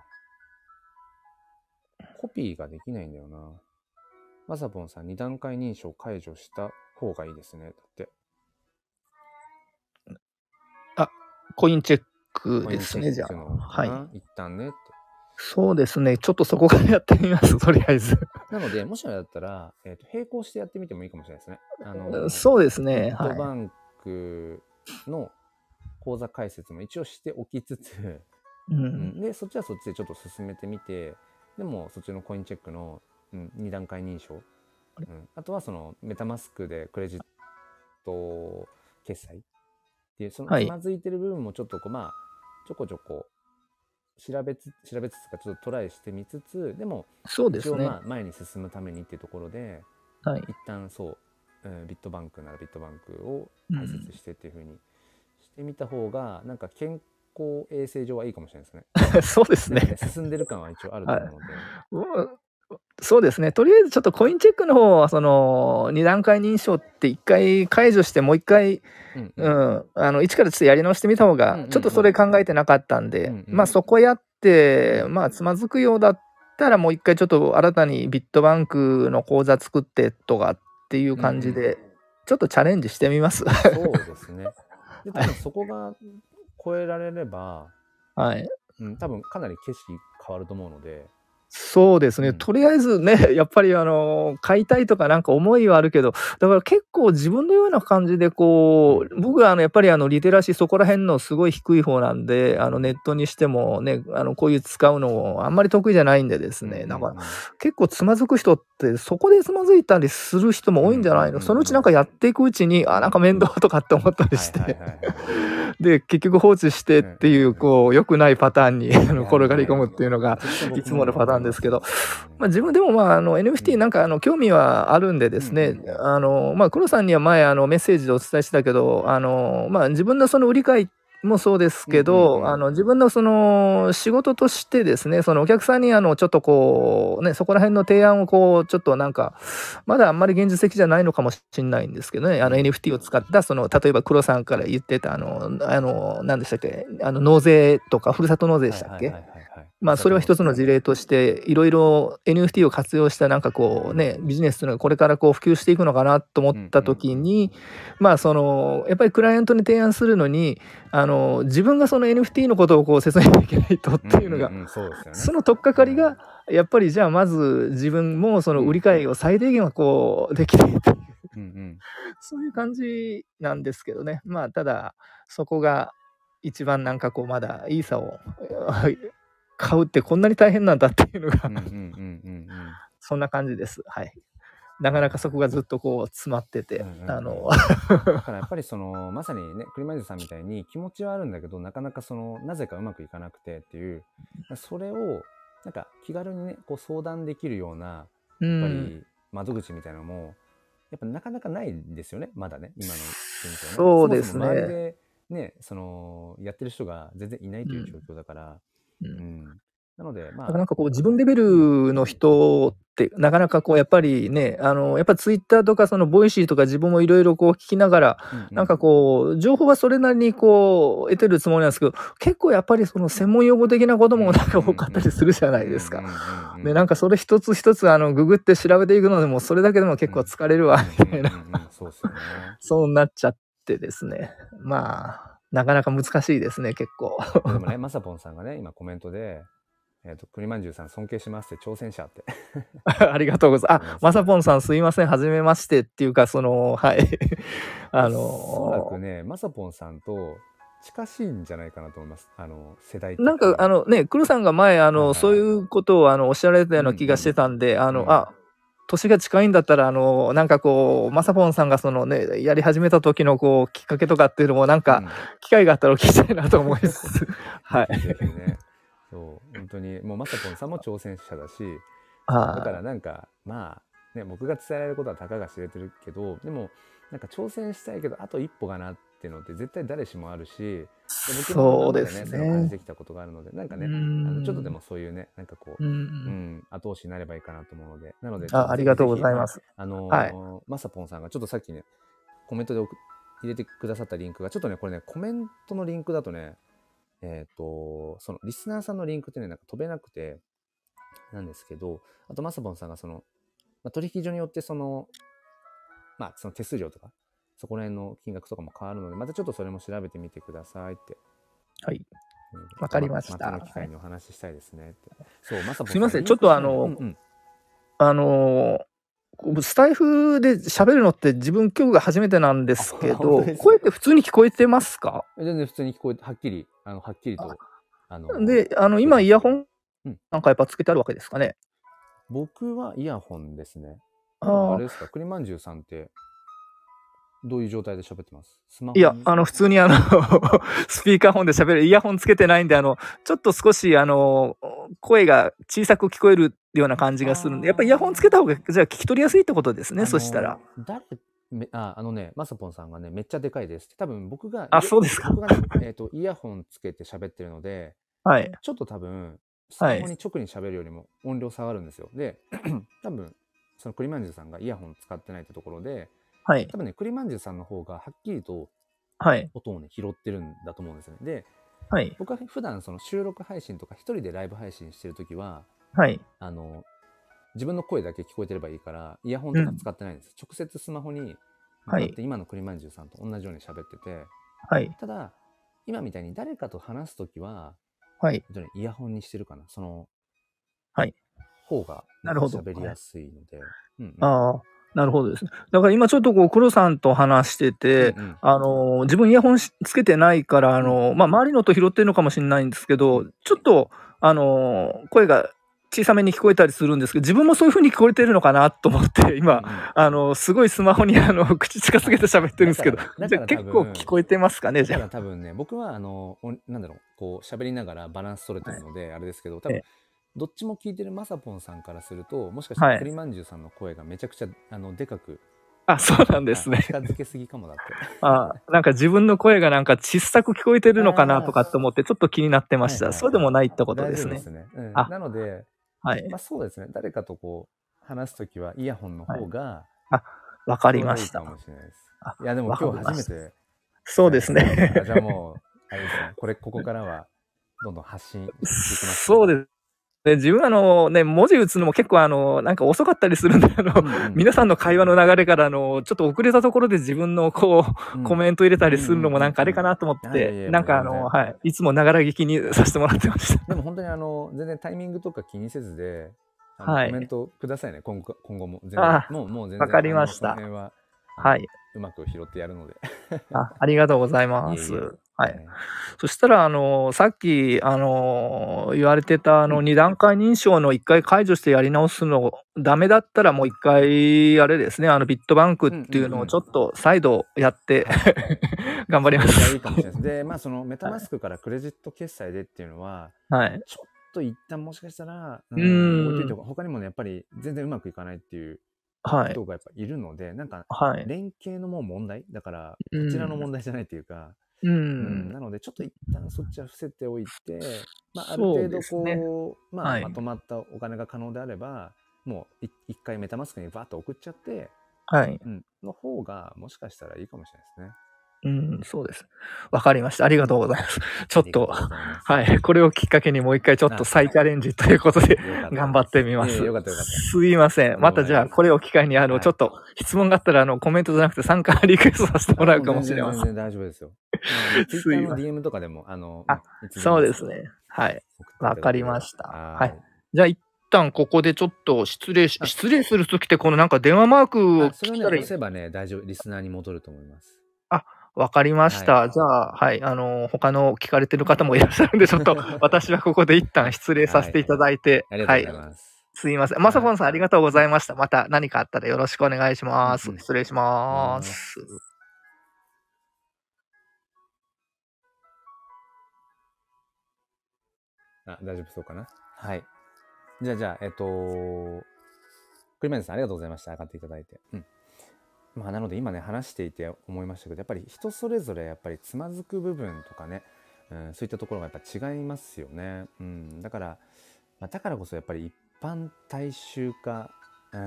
コピーができないんだよな。まさぽんさん、に段階認証解除した方がいいですね。だって。 あ、コインチェックコインチェッですね、じゃあ。 クのかはい。 な、一旦ねって。 そうですね。ちょっとそこからやってみます、とりあえず。 なので、もしあれだったら、えーと、並行してやってみてもいいかもしれないですね。あのそうですビッね。はい。 トバンクの口座開設も一応しておきつつ、 ううん、 ん。 で、そっちはそっちでちょっと進めてみて、でもそっちのコインチェックの、うん、に段階認証、うん、あとはそのメタマスクでクレジット決済っていう、そのはい。 つまずいてる部分もちょっとこう、まあ、ちょこちょこ調べつ調べつつかちょっとトライしてみつつ、でもそうですね。 一応まあ前に進むためにっていうところで、 はい。 一旦そう、うん、ビットバンクならビットバンクを開設してっていう風にしてみた方が、なんか健康衛生上はいいかもしれないですね。 うん、そうですなんかね、 ね。 進んでる感は一応あるとはい。 思うので。 うん、そうですね。とりあえずちょっとコインチェックの方は、その、に段階認証っていっかい解除して、もういっかい、 うんう。 うんん、あの、一からちょっとやり直してみた方うんうんうが、ちょっとそん。 れ考えてなかったんうんで、 うん。 まあそこやっうて、 ん。 まあつまずくようだったら、もう一回ちょっと新たにビットバンクの口座作ってとかっていううんうん。 感じで、ちょっとチャレンジしてみます。 そうですね。で、多分そこが超えられれば、 はい。 うん、多分かなり景色変わると思うので。 そうですね。 うん。 とりあえずね、やっぱりあの、買いたいとかなんか思いはあるけど、だから結構自分のような感じでうこん。 う、僕はあの、やっぱりあの、リテラシーそこら辺のすごい低い方なんで、あの、 うん。 ネットにしてもね、あの、こういう使うのあんまり得意じゃないんでですうんうんうね、なんか、 ん。 結構つまずく人って、そこでつまずいたりする人もうん多いんじゃないうんうんの、そのうちなんうん。 かやっていくうちに、あ、なんかうん。 面倒とかって思ったりはいはいして、 はいはいはい。 で、結局放置してっうんていう、 うんうん。 こう、良くないパターンにあのいや、 転がり込ね、 むっていうのが、 めちゃくちゃい僕もね、 つものパターわかります。 ンですけど、 それはね。 まあ、自分でも、まあ、あの、 うエヌエフティーん。 なんか、あの、興味はあるんでうんうですね、 んうん。 あの、まあ、黒黒さんには前あのメッセージでお伝えしたけど、あの、まあ、自分のその売り買いもそうですうんうんけど、 うんあの、自分のその仕事としてですね、そのお客さんにあの、ちょっとこう、ね、そこら辺の提案をこう、ちょっとなんか、まだあんまり現実的じゃないのかもしんないんですけどね、あのうんエヌエフティー を使ったその、例えば黒さんから言ってたあのあの、何でしたっけ、あの納税とかふるさと納税ではいしたっけ？ はいはいはいはい。 まあ、それは一つの事例として、いろいろ エヌエフティー を活用したなんかこうね、ビジネスというのがこれからこう普及していくのかなと思ったうんうん時に、まあその、やっぱりクライアントに提案するのに、あの、自分がその エヌエフティー のことをこう説明できないとっうんていうのが、 うんうん、そうですよね。 その取っかかりが、やっぱりじゃあまず自分もその売り買いを最低限はこうできないという、 うんうんそういう感じなんですけどね。まあただ、そこが一番なんかこうまだイーサを買うってこんなに大変なんだっていうのがうんうんうんうんうんそんな感じです。はい。なかなかそこがずっとこう詰まってて、 うんうんうんあの、 だからやっぱりそのまさにね栗林さんみたいに気持ちはあるんだけどなかなかそのなぜかうまくいかなくてっていうそれをなんか気軽にねこう相談できるようなうやっぱん、 り窓口みたいなのもやっぱなかなかないんですよねまだね今の現状ね。 そうですそもそも周りね。 でねそのやってる人が全然いないという状況だから、 うん。 うん、なのでだまあからなんかこう自分レベルの人ってなかなかこうやっぱりね、あの、やっぱツイッターとかそのボイシーとか自分もいろいろこう聞きながら、 うんうんなんかこう情報はそれなりにこう得てるつもりなんですけど、結構やっぱりその専門用語的なこともなんか多かったりするじゃないですか。で、なんかそれ一つ一つあのググって調べていくのでもそれだけでも結構疲れるわみたいな、 そうですよね。 そうなっちゃってですね。まあ、なかなか難しいですね、結構。 でもね、まさぽんさんがね、今コメントで、えっ、と、栗まんじゅうさん尊敬しますって挑戦者って。 ありがとうございます。あ、まさぽんさんすいません、はじめましてっていうか、その、はい。あのおそらくね、まさぽんさんと近しいんじゃないかなと思います。あの、世代的に。 なんか、あのね、黒さんが前、あの、そういうことをあのおっしゃられたような気がしてたんで、あの、あ、年が近いんだったら、あの、なんかこう、まさぽんさんがそのね、やり始めた時のこう、きっかけとかっていうのも、なんか、機会があったら聞きたいなと思います。はい。 ぜひね。そう、本当に、もうまさぽんさんも挑戦者だし、だからなんか、まあ、ね、僕が伝えられることはたかが知れてるけど、でも、なんか挑戦したいけど、あと一歩かなっていうのって絶対誰しもあるし、僕も今までね、それを感じてきたことがあるので、なんかね、あのちょっとでもそういうね、なんかこう、うん、後押しになればいいかなと思うので、なので、 あ、ありがとうございます。 あの、 はい、 まさぽんさんがちょっとさっきね、コメントで入れてくださったリンクが、ちょっとね、これね、コメントのリンクだとね、えっと、そのリスナーさんのリンクってね、なんか飛べなくて、なんですけど、あとまさぽんさんがその、まあ、取引所によってその、まあ、その手数料とか、そこら辺の金額とかも変わるので、またちょっとそれも調べてみてくださいって。 はい。わ、うん、かりました。 またの機会にお話ししたいですねって。はい、そう、まさぽんさん。 すみません、ちょっとあの、うんうん、あの、スタイフで喋るのって自分今日が初めてなんですけど、声って普通に聞こえてますか？ 全然普通に聞こえて、はっきり、あのはっきりと。 あので、あの今イヤホンなんかやっぱつけてあるわけですかね？ 僕はイヤホンですね。あ, あれですか、栗まんじゅうさんってどういう状態で喋ってます？スマホ？ いや、あの普通にあのスピーカーフォンで喋る、イヤホンつけてないんで、あのちょっと少しあの声が小さく聞こえるような感じがするんで、やっぱりイヤホンつけた方がじゃあ聞き取りやすいってことですね。そしたら。 誰ああのね、まさぽんさんがね、めっちゃでかいです。多分僕が、 あ、そうですか。 僕がね、えっと、イヤホンつけて喋ってるので、 はい。 ちょっと多分、スマホに直に喋るよりも音量下がるんですよ。で、多分、その栗まんじゅうさんがイヤホン使ってないってところで、 はい。 多分ね、栗まんじゅうさんの方がはっきりと音をね、拾ってるんだと思うんですよね。で、 はい、 僕は普段その収録配信とか一人でライブ配信してるときは、 はい、 あの、自分の声だけ聞こえてればいいから、イヤホンとか使ってないんです。うん、直接スマホに向かって今の栗まんじゅうさんと同じように喋ってて、 はい、 ただ、今みたいに誰かと話すときは、 はい、 イヤホンにしてるかな、その、 はい、 方が喋りやすいので。 ああ。なるほどですね。だから今ちょっとこう黒さんと話してて、うんうん、あの自分イヤホンつけてないからあの、まあ、周りの音拾ってるのかもしれないんですけど、ちょっとあの声が小さめに聞こえたりするんですけど、自分もそういう風に聞こえてるのかなと思って今、うんうん、あのすごいスマホにあの口近づけて喋ってるんですけど、じゃあ結構聞こえてますかね？じゃあ多分ね、僕はあのなんだろう、こう喋りながらバランス取れてるので、はい、あれですけど、多分。ええ、どっちも聞いてるまさぽんさんからすると、もしかしたら栗まんじゅうさんの声がめちゃくちゃあのでかくあ、そうなんであ、 すね。 近づけすぎかもだって。 あなんか自分の声がなんか小さく聞こえてるのかなとあかって思ってちょっと気になってあ、 ました。 はいはいそうでもはい。 ないってこと大ですね。 丈夫ですね。うん。 あ、 なので、 はい。 まあそうですね。誰かとこう、話すときはイヤホンのはい。 方があ、わかちょうどいいりました。 かもしれないです。 あ、 いや、でもわか今日りました。 初めてそうです使いました。あ、じゃあね。 もう、あれですね。これ、ここからは、どんどん発信していきますね。 そうです。で、自分あのね、文字打つのも結構あの、なんか遅かったりするんで、あの、 うんうん。 皆さんの会話の流れからあの、ちょっと遅れたところで自分のこう、コうん。 メント入れたりするのうんうんもなんかあれうんうん。 かなと思っあ、いやいて、 や、 なんかあの、 もう全然。 はい、いつもながら聞きにさせてもらってました。 でも本当にあの、全然タイミングとか気にせずで、あの、 はい。 コメントくださいね。今後、今後も。全然。 あ、 もう、もう全然、 わかりあの、そのました。 辺は、あの、 はい。 うまく拾ってやるので。 あ、ありがとうございます。 いえいえ。 はい。 はい。 そしたら、あの、さっき、あの、言われてた、あの、 うん。 に段階認証のいっかい解除してやり直すのダメだったら、もういっかい、あれですね、あの、ビットバンクっうんうていうのをんうん。 ちょっと再度やってはい。 頑張りまそう、いや、いす。 いかもしれないです。で、まあ、そのメタはい。 マスクからクレジット決済でっていうのは、 はい。 ちょっと一旦もしかしたら、ううん、置いといて、 ーん。 他にもね、やっぱり全然うまくいかないっていうはい。 人がやっぱいるので、なんか、 はい。 連携のもう問題だから、 うこちらのん。 問題じゃないっていうか、 ううん、 ん。 なので、ちょっと一旦そっちは伏せておいて、まあ、あるそう程度ですね。 こう、まあ、 はい。 まとまったお金が可能であれば、もうい一回メタマスクにバーッと送っちゃって、 はい。 うん、の方がもしかしたらいいかもしれないですね。 うん、そうです。わかりました。ありがうん。 とうございます。ちょっと、 ありがとうございます。 はい、これをきっかけにもう一回ちょっとあ、 再チャレンジということでよかった頑張ってです。いえいえ、 みます。 よかったよかった。 すいません。 とんでまたじゃあ、 もないです。 これを機会にあの、 はい。 ちょっと質問があったら、あの、コメントじゃなくて参加リクエストさせてもあ、 らうもうかもしれません。 全然全然大丈夫ですよ。もうあの、ツイッターのすいません。 ディーエム とかでも、あの、うあ、 ん、いつでもいいですので、 そうですね。はい。 送っていわかりただければ。 ました。はい。 はーい。 じゃあ一旦ここでちょっと失礼しあ、 失礼するときってこのなんか電話マークをあ、それをね、 切ったらいい。 押せばね、大丈夫。リスナーに戻ると思います。 あ、わかりましはい。 た。じゃあ、はい、あの、他の聞かれてる方もいらっしゃるんで、ちょっと私はここで一旦失礼さはい。 せていただいて、 ありがとうごはい。 ざいます。 すいません。まさはい。 ぽんさんありがとうごうん。 ざいました。また何かあったらよろしくお願いします。 うんうん。 失礼しおます。 願いします。あ、大丈夫そうかな。はい。じゃあ、じゃあ、えっと、クリマンさんありがとうございました。上がっていただいて。うん。まあ、なので今ね、話していて思いましたけど、やっぱり人それぞれやっぱりつまずく部分とかね、うん、そういったところがやっぱ違いますよね。うん。だから、まあ、だからこそやっぱり一般大衆化、うん、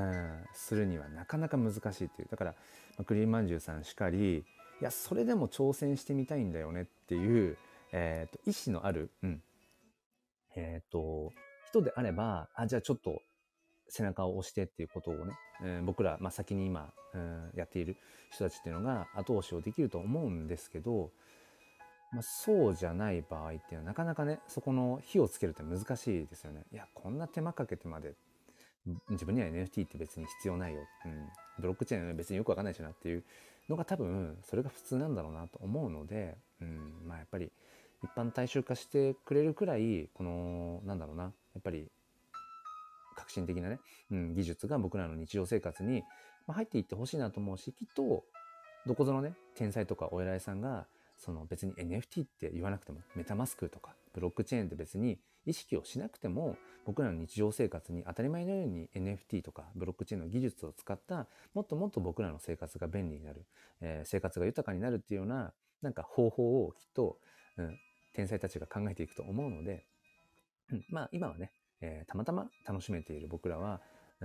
するにはなかなか難しいっていう。だから、まあ、クリームまんじゅうさんしかり、いや、それでも挑戦してみたいんだよねっていう、えーと、意思のある、うん、えっと、人であれば、あ、じゃあちょっと背中を押してっていうことをね、えー僕ら、まあ、先に今、うん、やっている人たちっていうのが後押しをできると思うんですけど、まあ、そうじゃない場合っていうのはなかなかね、そこの火をつけるって難しいですよね。いや、こんな手間かけてまで、自分には エヌエフティー って別に必要ないよ。うん、ブロックチェーンは別によくわかんないしなっていうのが多分それが普通なんだろうなと思うので、うん、まあやっぱり一般大衆化してくれるくらい、この、なんだろうな、やっぱり革新的なね、うん、技術が僕らの日常生活に入っていってほしいなと思うし、きっとどこぞのね、天才とかお偉いさんがその別に エヌエフティー って言わなくても、メタマスクとかブロックチェーンって別に意識をしなくても、僕らの日常生活に当たり前のように エヌエフティー とかブロックチェーンの技術を使ったもっともっと僕らの生活が便利になる、えー、生活が豊かになるっていうようななんか方法をきっと、うん、天才たちが考えていくと思うので、うん、まあ今はね、えー、たまたま楽しめている僕らは、うん、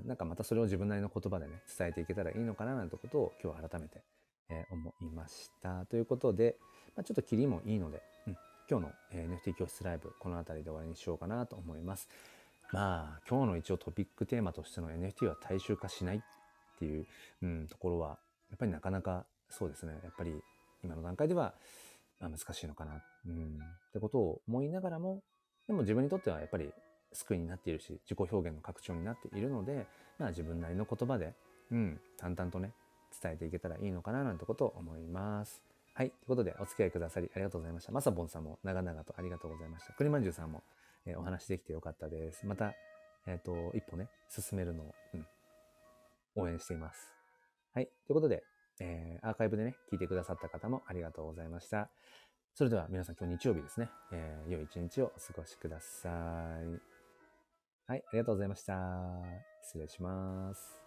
なんかまたそれを自分なりの言葉でね伝えていけたらいいのかななんてことを今日は改めて、えー、思いましたということで、まあ、ちょっとキリもいいので、うん、今日の、えー、エヌエフティー 教室ライブこの辺りで終わりにしようかなと思います。まあ今日の一応トピックテーマとしての エヌエフティー は大衆化しないっていう、うん、ところはやっぱりなかなかそうですね、やっぱり今の段階では、まあ、難しいのかな、うん、ってことを思いながらも、でも自分にとってはやっぱり救いになっているし、自己表現の拡張になっているので、まあ、自分なりの言葉で、うん、淡々とね伝えていけたらいいのかななんてことを思います。はい、ということでお付き合いくださりありがとうございました。まさぼんさんも長々とありがとうございました。くりまんじゅうさんも、えー、お話できてよかったです。また、えっと、一歩ね、進めるのを、うん、応援しています。はい、ということで、えー、アーカイブでね、聞いてくださった方もありがとうございました。それでは皆さん今日日曜日ですね、えー、良い一日をお過ごしください。はい、ありがとうございました。失礼します。